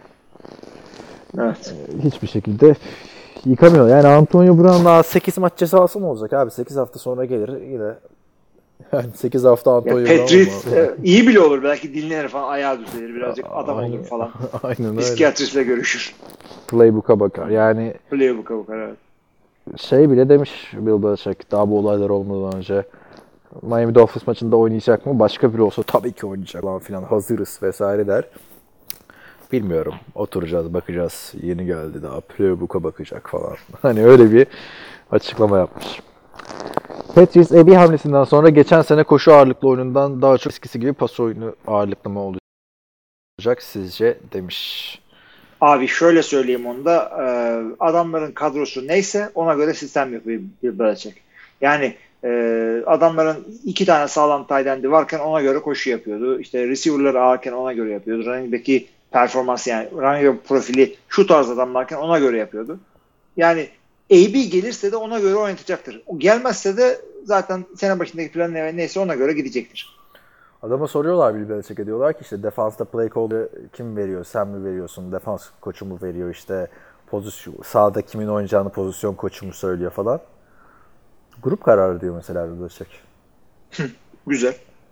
Evet. Hiçbir şekilde yıkamıyor. Yani Antonio Brown'la sekiz maç cezası mı olacak abi? sekiz hafta sonra gelir yine. Yani sekiz hafta Antonio Brown. Patriot e, iyi bile olur. Belki dinlenir falan, ayağı düzelir. Birazcık adam olur falan. Aynen öyle. Psikiyatristle görüşür. Playbook'a bakar. Yani Playbook'a bakar, evet. Şey bile demiş Bill Belichick daha bu olaylar olmadan önce, Miami Dolphins maçında oynayacak mı? Başka biri olsa tabii ki oynayacak falan filan, hazırız vesaire der. Bilmiyorum. Oturacağız, bakacağız. Yeni geldi daha. Playbook'a bakacak falan. Hani öyle bir açıklama yapmış. Patriots A B hamlesinden sonra geçen sene koşu ağırlıklı oyunundan daha çok eskisi gibi pas oyunu ağırlıklı mı olacak sizce demiş. Abi şöyle söyleyeyim onu da, e, adamların kadrosu neyse ona göre sistem yapıyor bir Belichick. Yani e, adamların iki tane sağlam tight end'i varken ona göre koşu yapıyordu. İşte receiver'ları ağırken ona göre yapıyordu. Running back'i performansı, yani running back profili şu tarz adamlarken ona göre yapıyordu. Yani A B gelirse de ona göre oynatacaktır. O gelmezse de zaten sene başındaki plan neyse ona göre gidecektir. Adama soruyorlar, bir Belichick'e diyorlar ki işte defansta play call'u kim veriyor? Sen mi veriyorsun? Defans koçu mu veriyor? İşte pozisyon, sahada kimin oynayacağını pozisyon koçu mu söylüyor falan. Grup kararı diyor mesela Belichick. Güzel.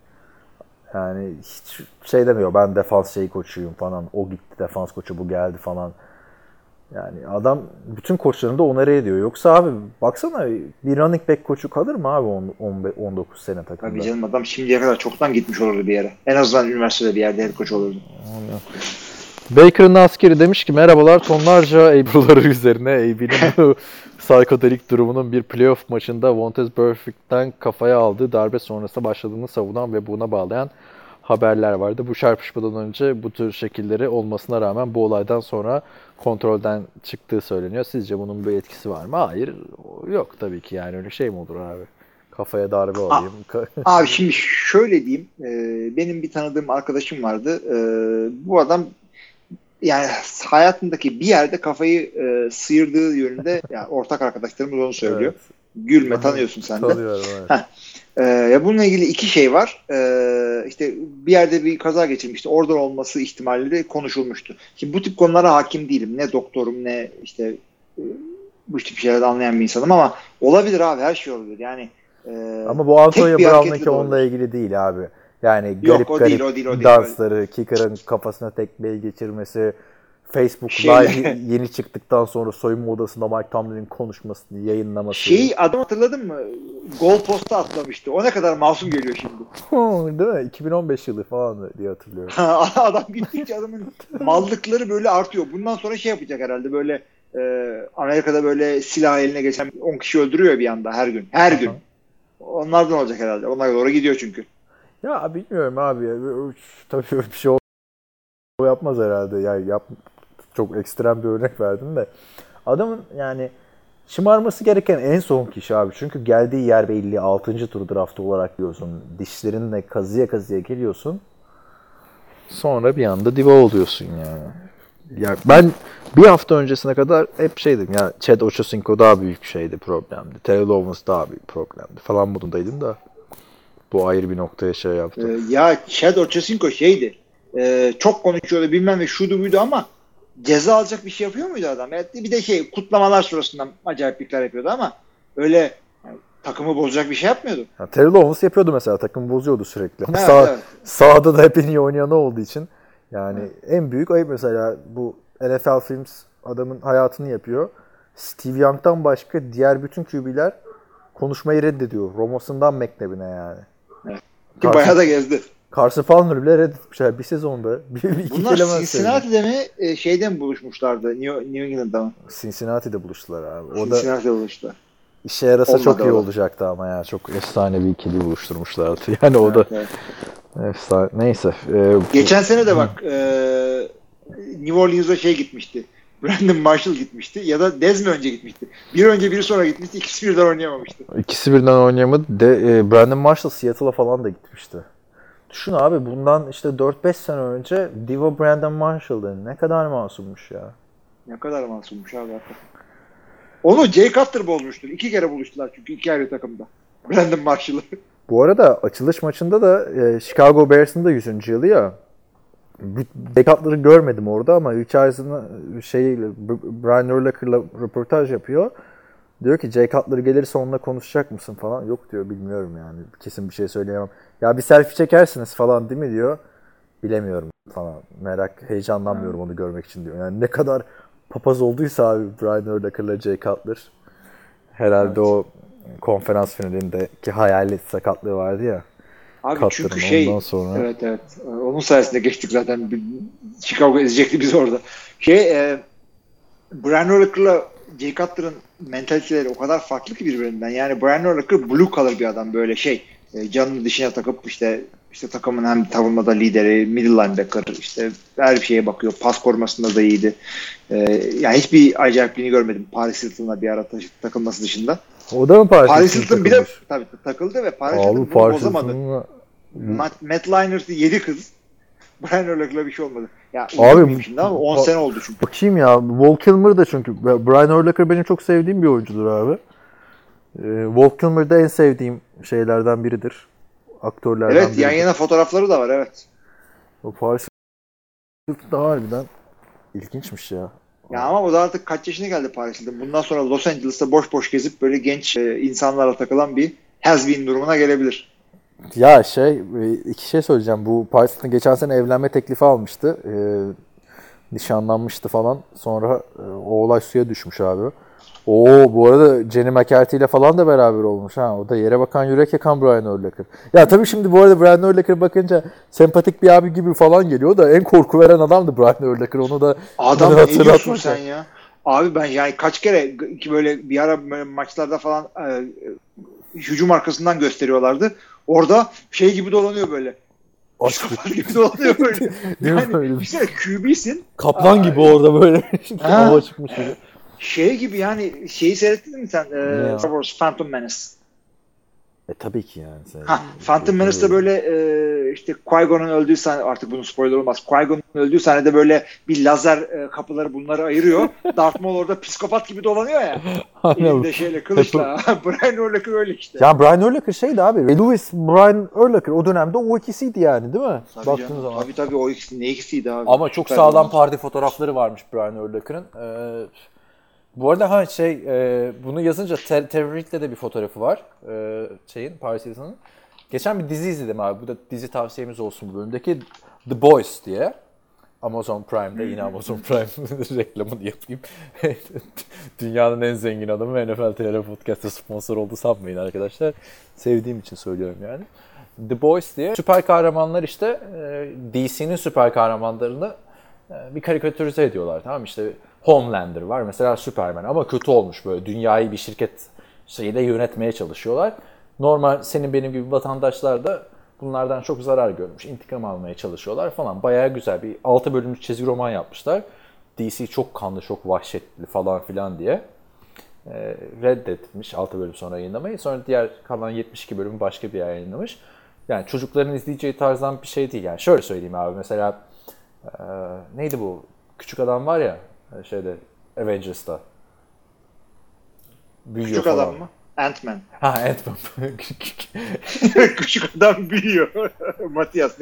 Yani hiç şey demiyor, ben defans şey koçuyum falan. O gitti defans koçu, bu geldi falan. Yani adam bütün koçlarını da onarı ediyor. Yoksa abi baksana, bir running back koçu kalır mı abi on dokuz sene takımda? Tabii canım, adam şimdiye kadar çoktan gitmiş olurdu bir yere. En azından üniversitede bir yerde head coach olurdu. Baker'ın askeri demiş ki merhabalar, tonlarca Abel'ları üzerine A B'nin bu psikodelik durumunun bir playoff maçında Vontaze Burfict'ten kafaya aldığı darbe sonrası başladığını savunan ve buna bağlayan haberler vardı. Bu çarpışmadan önce bu tür şekilleri olmasına rağmen bu olaydan sonra kontrolden çıktığı söyleniyor. Sizce bunun bir etkisi var mı? Hayır. Yok tabii ki, yani öyle şey mi olur abi? Kafaya darbe alayım. Abi şimdi şöyle diyeyim. E, benim bir tanıdığım arkadaşım vardı. E, bu adam yani hayatındaki bir yerde kafayı e, sıyırdığı yönünde, yani ortak arkadaşlarımız onu söylüyor. Evet. Gülme, tanıyorsun sen de. Tanıyorum, evet. Ee, ya bununla ilgili iki şey var. Ee, işte bir yerde bir kaza geçirmişti. Oradan olması ihtimali de konuşulmuştu. Şimdi bu tip konulara hakim değilim. Ne doktorum ne işte e, bu tip şeylerden anlayan bir insanım ama olabilir abi, her şey olabilir. Yani e, ama bu Antonio Brown'daki onunla ilgili değil abi. Yani garip Yok, o garip değil, o değil, o değil, dansları, kicker'ın kafasına tekmeyi geçirmesi, Facebook Şeyle. Live yeni çıktıktan sonra soyunma odasında Mike Tomlin'in konuşmasını yayınlaması. Şeyi adam hatırladın mı? Gol posta atlamıştı. O ne kadar masum geliyor şimdi. Değil mi? iki bin on beş yılı falan diye hatırlıyorum. Adam gittikçe adamın mallıkları böyle artıyor. Bundan sonra şey yapacak herhalde, böyle e, Amerika'da böyle silah eline geçen on kişi öldürüyor bir anda her gün. Her gün. Onlardan olacak herhalde. Onlar doğru gidiyor çünkü. Ya bilmiyorum abi. Tabii öyle bir şey o yapmaz herhalde. Yani yap, çok ekstrem bir örnek verdim de. Adamın yani şımarması gereken en son kişi abi. Çünkü geldiği yer belli. altıncı tur draftı olarak diyorsun. Dişlerinle kazıya kazıya geliyorsun. Sonra bir anda diva oluyorsun yani. Ya ben bir hafta öncesine kadar hep şeydim ya, Chad Ochocinco daha büyük şeydi, problemdi. Terrell Owens daha büyük problemdi falan modundaydım da. Bu ayrı bir noktaya şey yaptı. Ee, ya Chad Ochocinco şeydi. E, çok konuşuyordu bilmem ve şuydu buydu ama ceza alacak bir şey yapıyor muydu adam? Evet, bir de şey kutlamalar sırasında acayiplikler yapıyordu ama öyle yani, takımı bozacak bir şey yapmıyordu. Ya, Terrell Owens yapıyordu mesela, takımı bozuyordu sürekli. Evet, Sağ, evet. Sahada da hep en iyi oynayan olduğu için yani evet. En büyük ayıp mesela bu N F L Films adamın hayatını yapıyor. Steve Young'dan başka diğer bütün Q B'ler konuşmayı reddediyor. Romo'sundan McNabb'ine yani. Evet. Ki bayağı da gezdi. Carson Palmer bile reddetmişler bir sezonda. Bir, bir iki Bunlar Cincinnati'de mi e, şeyde mi buluşmuşlardı? New, New England'da mı? Cincinnati'de buluştular abi. O Cincinnati'de buluştular. İşe yarasa Olmadı çok iyi o. olacaktı ama ya. Çok efsane bir ikili buluşturmuşlardı. Yani o evet, da evet. Efsane. Neyse. E, Geçen sene de bak e, New Orleans'a şey gitmişti. Brandon Marshall gitmişti ya da Dez mi önce gitmişti? Bir önce biri sonra gitmişti. İkisi birden oynayamamıştı. İkisi birden oynayamadı. De, e, Brandon Marshall Seattle'a falan da gitmişti. Düşün abi, bundan işte dört beş sene önce Diva Brandon Marshall'dı. Ne kadar masummuş ya. Ne kadar masummuş abi. Onu Jay Cutler bozmuştur. İki kere buluştular çünkü iki ayrı takımda. Brandon Marshall'ı. Bu arada açılış maçında da e, Chicago Bears'ın da yüzüncü yılı ya. Jay Cutler'ı görmedim orada ama Richardson'ın şeyiyle, Brian Urlacher'la röportaj yapıyor. Diyor ki Jay Cutler gelirse onunla konuşacak mısın falan. Yok diyor, bilmiyorum yani. Kesin bir şey söyleyemem. Ya bir selfie çekersiniz falan değil mi diyor. Bilemiyorum falan. Merak, heyecanlanmıyorum onu görmek için diyor. Yani ne kadar papaz olduysa abi Brian Urlacher'la Jay Cutler. Herhalde evet. O konferans finalindeki hayalet sakatlığı vardı ya. Abi Cutler'ın çünkü şey, ondan sonra... evet evet. Onun sayesinde geçtik zaten. Chicago ezecekti biz orada. Şey, e, Brian Urlacher'la Jay Cutler'ın mentaliteleri o kadar farklı ki birbirinden. Yani Brian Urlacher blue collar bir adam, böyle şey. E, canını dışına takıp işte işte takımın hem savunmada lideri, middle linebacker, işte her bir şeye bakıyor. Pas korumasında da iyiydi. E, yani hiçbir acayipliğini görmedim Paris Hilton'la bir ara takılması dışında. O da mı Paris, Paris Hilton bir de tabii takıldı ve Paris Hilton bunu bozamadı. Matt, Matt Leinart'ı yedi kız. Brian Urlacher'la bir şey olmadı. Ya abi şimdi ama on sene oldu çünkü. Bakayım ya. Val Kilmer da çünkü. Brian Urlacher benim çok sevdiğim bir oyuncudur abi. Ee, Val Kilmer da en sevdiğim şeylerden biridir. Aktörlerden evet, biridir. yan yana fotoğrafları da var, evet. O Paris Hilton da harbiden ilginçmiş ya. Ya ama o da artık kaç yaşına geldi Paris'te. Bundan sonra Los Angeles'ta boş boş gezip böyle genç e, insanlarla takılan bir has-been durumuna gelebilir. Ya şey, iki şey söyleyeceğim. Bu Paris'te geçen sene evlenme teklifi almıştı. Ee, nişanlanmıştı falan. Sonra e, o olay suya düşmüş abi. Oo, bu arada Jenny McCarthy ile falan da beraber olmuş ha. O da yere bakan yürek yakan Brian Urlacher. Ya tabii şimdi bu arada Brian Urlacher bakınca sempatik bir abi gibi falan geliyor da en korku veren adamdı Brian Urlacher. Onu da adam ne diyorsun sen ya? Abi ben yani kaç kere ki böyle bir ara böyle maçlarda falan e, hücum arkasından gösteriyorlardı. Orada şey gibi dolanıyor böyle. Psikopat gibi dolanıyor böyle. Yani bir sene Q B'sin. Kaplan gibi orada böyle hava çıkmış gibi. Şey gibi yani şeyi seyrettin mi sen? Ee, Star Wars Phantom Menace. E tabii ki yani. Sen ha, Phantom Menace'da böyle e, işte Qui-Gon'un öldüğü sahne, artık bunun spoiler olmaz. Qui-Gon'un öldüğü sahnede böyle bir lazer e, kapıları bunları ayırıyor. Darth Maul orada psikopat gibi dolanıyor ya. Elinde şeyle kılıçla. Brian Urlacher öyle işte. Ya Brian Urlacher şeydi abi. Louis Brian Urlacher o dönemde o ikisiydi yani değil mi? Tabii Baktığın canım, zaman. Tabii tabii o ikisi ne ikisiydi abi. Ama çok Süper sağlam olmuş. parti fotoğrafları varmış Brian Urlacher'ın. Ee, bu arada ha şey e, bunu yazınca Ter- Terrorist'le de bir fotoğrafı var. Ee, şeyin Paris Hilton'ın. Geçen bir dizi izledim abi. Bu da dizi tavsiyemiz olsun bu bölümdeki. The Boys diye. Amazon Prime'de yine Amazon Prime reklamını yapayım. Dünyanın en zengin adamı N F L T R Podcast'a sponsor oldu sanmayın arkadaşlar. Sevdiğim için söylüyorum yani. The Boys diye süper kahramanlar işte D C'nin süper kahramanlarını bir karikatürize ediyorlar. Tamam işte Homelander var mesela Superman ama kötü olmuş böyle dünyayı bir şirket şeyle yönetmeye çalışıyorlar. Normal senin benim gibi vatandaşlar da bunlardan çok zarar görmüş. İntikam almaya çalışıyorlar falan. Bayağı güzel bir altı bölümlük çizgi roman yapmışlar. D C çok kanlı, çok vahşetli falan filan diye. Ee, reddetmiş altı bölüm sonra yayınlamayı. Sonra diğer kalan yetmiş iki bölümü başka bir yer yayınlamış. Yani çocukların izleyeceği tarzdan bir şey değil. Yani şöyle söyleyeyim abi mesela e, neydi bu? Küçük adam var ya şeyde Avengers'ta. Büyüyor Küçük falan. adam mı? Ant-Man. Ha Ant-Man. Küçük adam büyüyor. Matias.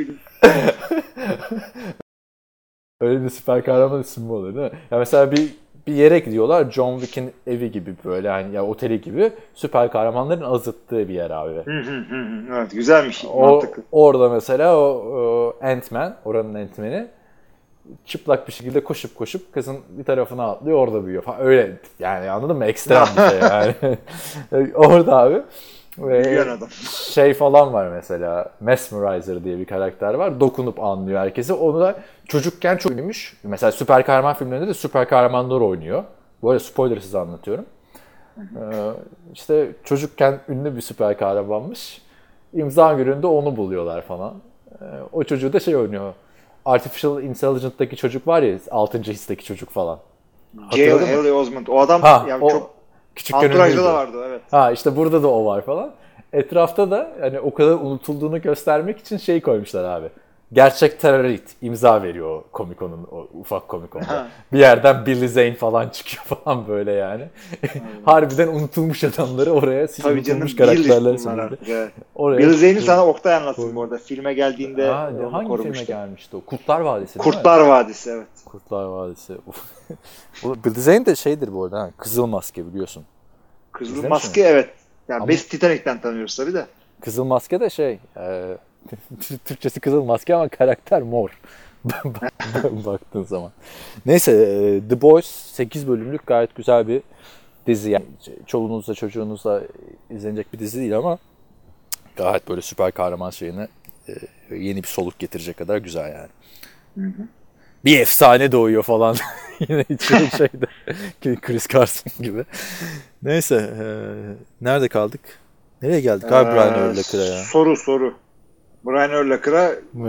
Öyle bir süper kahraman ismi olur değil mi? Ya mesela bir bir yere gidiyorlar. John Wick'in evi gibi böyle hani ya oteli gibi süper kahramanların azıttığı bir yer abi. Evet güzelmiş. O, mantıklı. orada mesela o, o Ant-Man, oranın Ant-Man'i çıplak bir şekilde koşup koşup kızın bir tarafına atlıyor orada büyüyor falan. Öyle yani anladın mı? Ekstrem bir şey yani. Orada abi. Büyüyen adam. Şey falan var mesela. Mesmerizer diye bir karakter var. Dokunup anlıyor herkesi. Onu da çocukken çok ünlüymüş. Mesela süper kahraman filmlerinde de süper kahramanlar oynuyor. Bu arada spoiler size anlatıyorum. Ee, işte çocukken ünlü bir süper kahramanmış. İmza gününde onu buluyorlar falan. Ee, o çocuğu da şey oynuyor. Artificial Intelligence'daki çocuk var ya, altıncı histeki çocuk falan. J L Osment. O adam ha, yani o, çok küçükken Antrage'da da vardı evet. Ha işte burada da o var falan. Etrafta da hani o kadar unutulduğunu göstermek için şey koymuşlar abi. Gerçek terörist imza veriyor o Comic-Con'un, o ufak Comic-Con'da. Bir yerden Billy Zane falan çıkıyor falan böyle yani. Harbiden unutulmuş adamları oraya, Tabii unutulmuş canım, karakterler sanırdı. Evet. Billy Zane'i sana Oktay anlatsın bu arada. Filme geldiğinde ha, hangi korumuştu. Filme gelmişti o? Kurtlar Vadisi değil Kurtlar mi? Vadisi evet. Kurtlar Vadisi. Billy Zane de şeydir bu arada. Ha, Kızıl Maske biliyorsun. Kızıl İzlemiş Maske mi? Evet. Yani Ama... Best Titanic'ten tanıyoruz tabii de. Kızıl Maske de şey, e, Türkçesi Kızıl Maske ama karakter mor. Baktığın zaman. Neyse, The Boys sekiz bölümlük gayet güzel bir dizi. Yani çoluğunuzla çocuğunuzla izlenecek bir dizi değil ama gayet böyle süper kahraman şeyine yeni bir soluk getirecek kadar güzel yani. Hı hı. Bir efsane doğuyor falan. Yine içeri şeyde. Chris Carson gibi. Neyse, e, nerede kaldık? Nereye geldik abi ee, Brian Urlacher'a ya? Soru soru. Brian Urlacher'a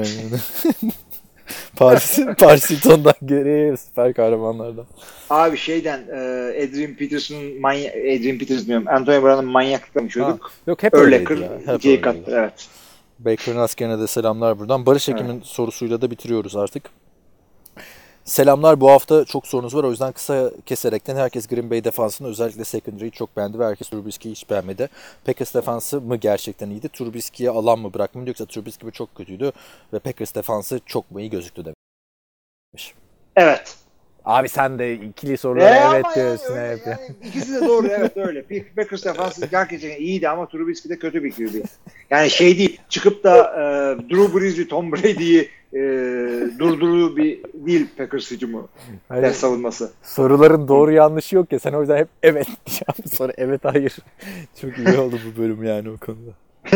Paris, Paris Hilton'dan geriye süper kahramanlardan. Abi şeyden e, Adrian Peterson'ın manya Adrian Peterson diyorum. Antonio Brown'ın manyaklıkla konuşuyorduk. Yok hep Urlacher, Jay Cutler, evet. Baker'ın askerine de selamlar buradan. Barış Ekim'in evet. sorusuyla da bitiriyoruz artık. Selamlar. Bu hafta çok sorunuz var. O yüzden kısa keserekten herkes Green Bay defansını özellikle secondary'yi çok beğendi ve herkes Trubisky'yi hiç beğenmedi. Packers defansı mı gerçekten iyiydi? Trubisky'ye alan mı bırakmadı yoksa Trubisky çok kötüydü ve Packers defansı çok mu iyi gözüktü demiş. Evet. Abi sen de ikili sorulara E, evet ama diyorsun yani, öyle, hep. yani ikisi de doğru, evet öyle. Packers defansı gerçekten iyiydi ama Trubisky de kötü bir Q B. Yani şey değil, çıkıp da e, Drew Brees'i, Tom Brady'yi e, durdurduğu bir değil Packers hücumu. Hani, ders savunması. Soruların doğru yanlışı yok ya, sen o yüzden hep evet diyeceğim. Sonra evet hayır. Çok iyi oldu bu bölüm yani o konuda.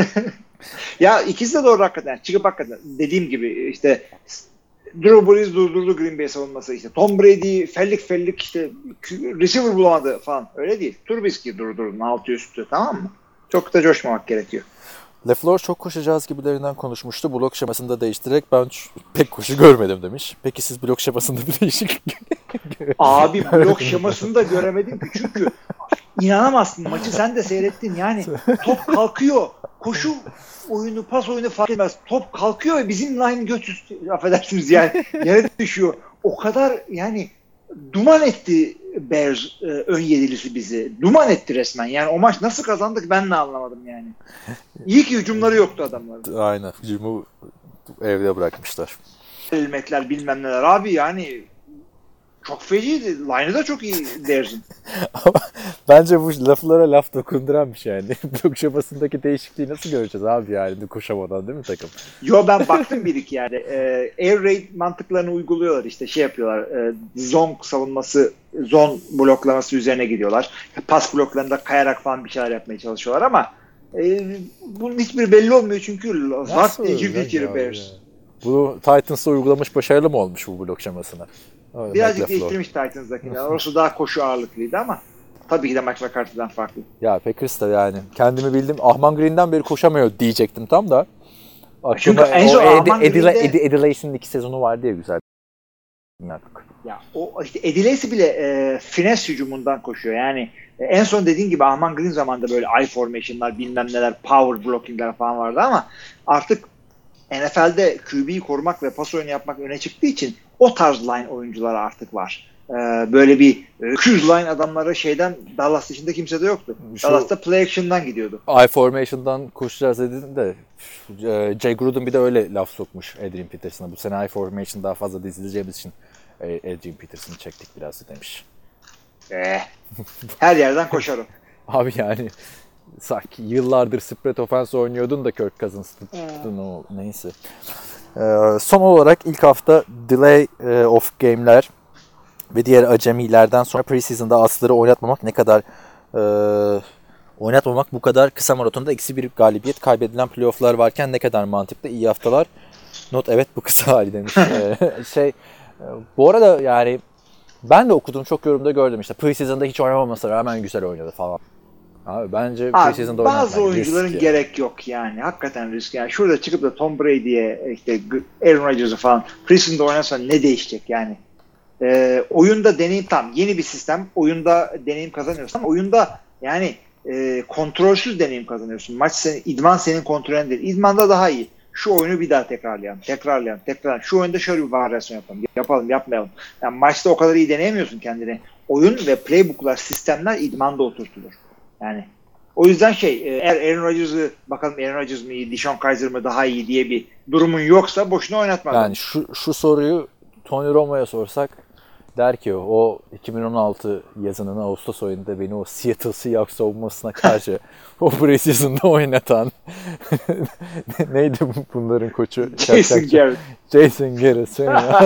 Ya ikisi de doğru hakikaten. Yani çıkıp hakikaten dediğim gibi işte Drew Brees durdurdu Green Bay savunması, işte Tom Brady fellik fellik işte receiver bulamadı falan. Öyle değil. Trubisky durdurdu altı üstü, tamam mı? Çok da coşmamak gerekiyor. LaFleur çok koşacağız gibilerinden konuşmuştu. Blok şemasını da değiştirerek ben pek koşu görmedim demiş. Peki siz blok şemasında bir değişiklik Abi blok şemasını da göremedim ki çünkü inanamazsın, maçı sen de seyrettin yani top kalkıyor, koşu oyunu, pas oyunu fark etmez, top kalkıyor ve bizim line göt üstü, affedersiniz yani yere düşüyor. O kadar yani duman etti Bears e, ön yedilisi bizi. Duman etti resmen. Yani o maç nasıl kazandık ben de anlamadım yani. İyi ki hücumları yoktu adamların. Aynen. Hücumu evde bırakmışlar. Ilmekler bilmem neler. Abi yani çok feciydi. Line'ı da çok iyi Bears'ın. Ama bence bu laflara laf dokunduran bir şey yani. Blok şemasındaki değişikliği nasıl göreceğiz abi yani koşamadan, değil mi takım? Yo, ben baktım bir iki yerde. Ee, air raid mantıklarını uyguluyorlar, işte şey yapıyorlar. E, zone savunması, zone bloklaması üzerine gidiyorlar. Pas bloklarında kayarak falan bir şeyler yapmaya çalışıyorlar ama e, bunun hiçbir belli olmuyor çünkü zart diye girdi Bears. Bunu Titans'da uygulamış, başarılı mı olmuş bu blok şemasına? Birazcık değiştirmiş Titans'dakiler. Orası daha koşu ağırlıklıydı ama tabii ki de Mike McCarthy'den farklı. Ya Packers da yani kendimi bildim. Ahman Green'den beri koşamıyor diyecektim tam da. Çünkü en son Ahman Green'de Eddie Lacy'nin iki sezonu vardı ya güzel. Ya o işte Eddie Lacy bile e, finesse hücumundan koşuyor. Yani e, en son dediğin gibi Ahman Green zamanında böyle I formation'lar, bilmem neler, power blocking'ler falan vardı ama artık N F L'de Q B'yi korumak ve pas oyunu yapmak öne çıktığı için o tarz line oyuncular artık var. Ee, böyle bir cruise line adamları şeyden, Dallas dışında kimse de yoktu. Şu, Dallas'ta play action'dan gidiyordu. I formation'dan koşacağız dedin de Jay Gruden bir de öyle laf sokmuş Adrian Peterson'a. Bu sene I formation daha fazla dizileceğimiz için Adrian Peterson'ı çektik biraz demiş. Eh, her yerden koşarım. Abi yani sanki yıllardır spread offense oynuyordun da Kirk Cousins'tın o neyse. Ee, son olarak ilk hafta delay e, of game'ler ve diğer acemilerden sonra preseason'da asları oynatmamak ne kadar e, oynatmamak bu kadar kısa maratonda eksi bir galibiyet kaybedilen playoff'lar varken ne kadar mantıklı. İyi haftalar. Not evet bu kısa hali demiş. ee, şey e, bu arada yani ben de okudum, çok yorumda gördüm işte preseason'da hiç oynamamasına rağmen güzel oynadı falan. Abi bence preseason'da oynatmak bazı oyuncuların risk gerek yani. Yok yani. Hakikaten risk. Yani şurada çıkıp da Tom Brady'ye, işte Aaron Rodgers'ı falan preseason'da oynarsan ne değişecek yani? Ee, oyunda deneyim, tam yeni bir sistem. Oyunda deneyim kazanıyorsun ama oyunda yani e, kontrolsüz deneyim kazanıyorsun. Maç senin, idman senin kontrolün değil. İdmanda daha iyi. Şu oyunu bir daha tekrarlayalım, tekrarlayalım, tekrarlayalım. Şu oyunda şöyle bir varyasyon yapalım, yapalım, yapmayalım. Yani maçta o kadar iyi deneyemiyorsun kendini. Oyun ve playbook'lar, sistemler idmanda oturtulur. Yani o yüzden şey, eğer Aaron Rodgers'ı bakalım Aaron Rodgers mı iyi, DeShone Kizer mı daha iyi diye bir durumun yoksa boşuna oynatmaz. Yani şu, şu soruyu Tony Romo'ya sorsak der ki o iki bin on altı yazının Ağustos ayında beni o Seattle Seahawks savunmasına karşı o preseason'da oynatan neydi bunların koçu? Jason Garrett. Jason Garrett.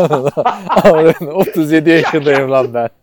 otuz yedi yaşındayım lan ben.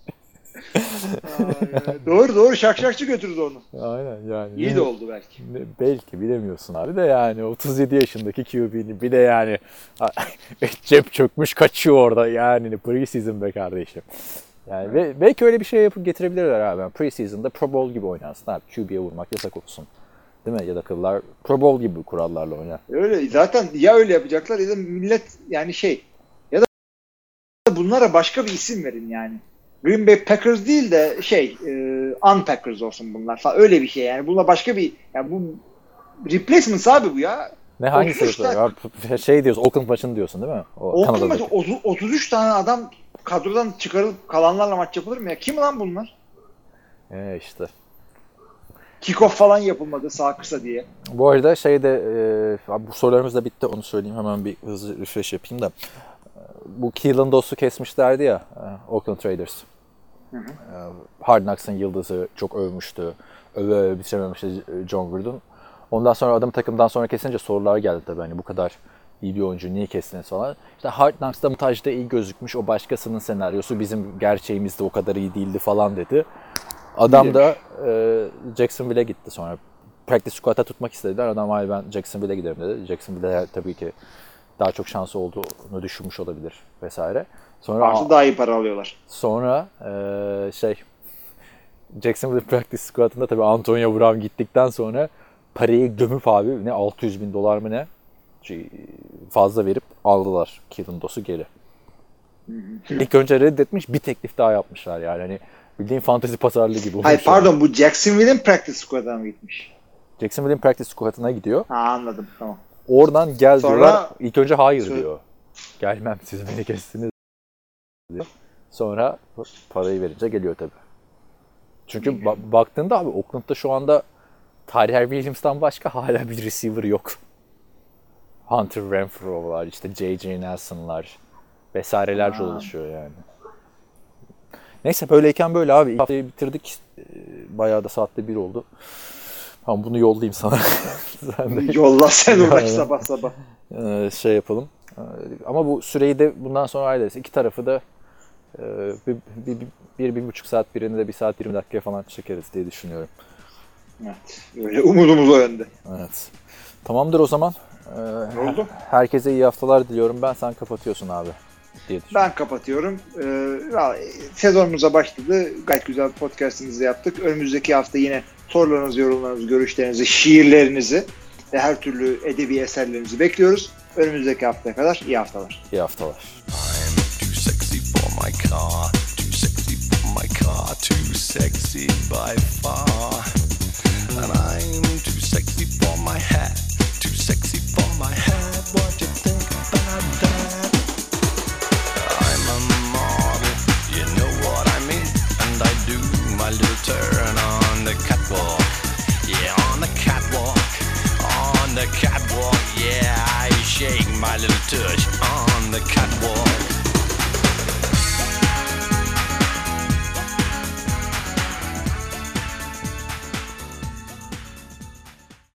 Doğru doğru şakşakçı götürdü onu. Aynen yani. İyi de oldu belki. Belki bilemiyorsun abi de yani otuz yedi yaşındaki Q B'nin bir de yani cep çökmüş kaçıyor orada yani preseason be kardeşim. Yani ve belki öyle bir şey yapıp getirebilirler abi. Yani preseason'da Pro Bowl gibi oynarsın abi. Q B'ye vurmak yasak olsun. Değil mi? Ya da kıllar Pro Bowl gibi kurallarla oynar. Öyle zaten, ya öyle yapacaklar ya da millet yani şey ya da bunlara başka bir isim verin yani. Green Bay Packers değil de şey e, Unpackers olsun bunlar falan, öyle bir şey yani. Bununla başka bir yani bu replacements abi bu ya. Ne hangisi yapıyor? Tane... Şey diyorsun, Oakland maçını diyorsun değil mi? O Oakland maçı otuz üç tane adam kadrodan çıkarılıp kalanlarla maç yapılır mı ya? Kim lan bunlar? Ee işte. Kickoff falan yapılmadı sağ kısa diye. Bu arada şeyde e, bu sorularımız da bitti, onu söyleyeyim, hemen bir hızlı refresh yapayım da. bu Keelan Doss'u kesmişlerdi ya Oakland Raiders. Hı hı. Hard Knocks'ın yıldızı çok övmüştü. Öve öve bitirememişti John Gruden. Ondan sonra adam takımdan sonra kesince sorular geldi tabii. Hani bu kadar iyi bir oyuncu niye kestiniz falan. İşte Hard Knocks'ta montajda iyi gözükmüş. O başkasının senaryosu, bizim gerçeğimizde o kadar iyi değildi falan dedi. Adam da e, Jacksonville'e gitti sonra. Practice squad'a tutmak istediler. Adam hayır ben Jacksonville'e giderim dedi. Jacksonville'de tabii ki daha çok şansı olduğunu düşünmüş olabilir vesaire. Sonra artı daha iyi para alıyorlar. Sonra e, şey Jacksonville Practice Squad'ında tabii Antonio Brown gittikten sonra parayı gömüp abi ne altı yüz bin dolar mı ne şey, fazla verip aldılar Keelan Doss'u geri. İlk önce reddetmiş, bir teklif daha yapmışlar yani. Hani bildiğin fantezi pazarlığı gibi olmuş. Hayır pardon yani. Bu Jacksonville'in Practice Squad'ına mı gitmiş? Jacksonville'in Practice Squad'ına gidiyor. Ha anladım tamam. Oradan gel sonra, diyorlar. İlk önce hayır sonra, diyor. Gelmem siz beni kestiniz diyor. Sonra parayı verince geliyor tabii. Çünkü ba- baktığında abi Oakland'da şu anda Tyrell Williams'tan başka hala bir receiver yok. Hunter Renfrow var, işte J J Nelson'lar vesaireler dolaşıyor yani. Neyse böyleyken böyle abi. İlk haftayı bitirdik. Bayağı da saatte bir oldu. Tamam bunu yollayayım sana. Sen de yolla sen uğraş sabah sabah. Şey yapalım. Ama bu süreyi de bundan sonra ayarlarız. İki tarafı da bir, bir, bir, bir, bir buçuk saat birini de bir saat yirmi dakikaya falan çekeriz diye düşünüyorum. Evet. Öyle umudumuz o yönde. Evet. Tamamdır o zaman. Ne oldu? Herkese iyi haftalar diliyorum. Ben sen kapatıyorsun abi diye düşünüyorum. Ben kapatıyorum. Ee, sezonumuza başladı. Gayet güzel bir podcast'imizi yaptık. Önümüzdeki hafta yine sorularınızı, yorumlarınızı, görüşlerinizi, şiirlerinizi ve her türlü edebi eserlerinizi bekliyoruz. Önümüzdeki haftaya kadar iyi haftalar. İyi haftalar. I'm too sexy for my car, too sexy for my car, too sexy by far. And I'm too sexy for my hat, too sexy for my hat. What you think about that? I'm a model, you know what I mean. And I do my little turn on the catwalk. Yeah, on the catwalk, on the catwalk. Yeah, I shake my little tush on the catwalk.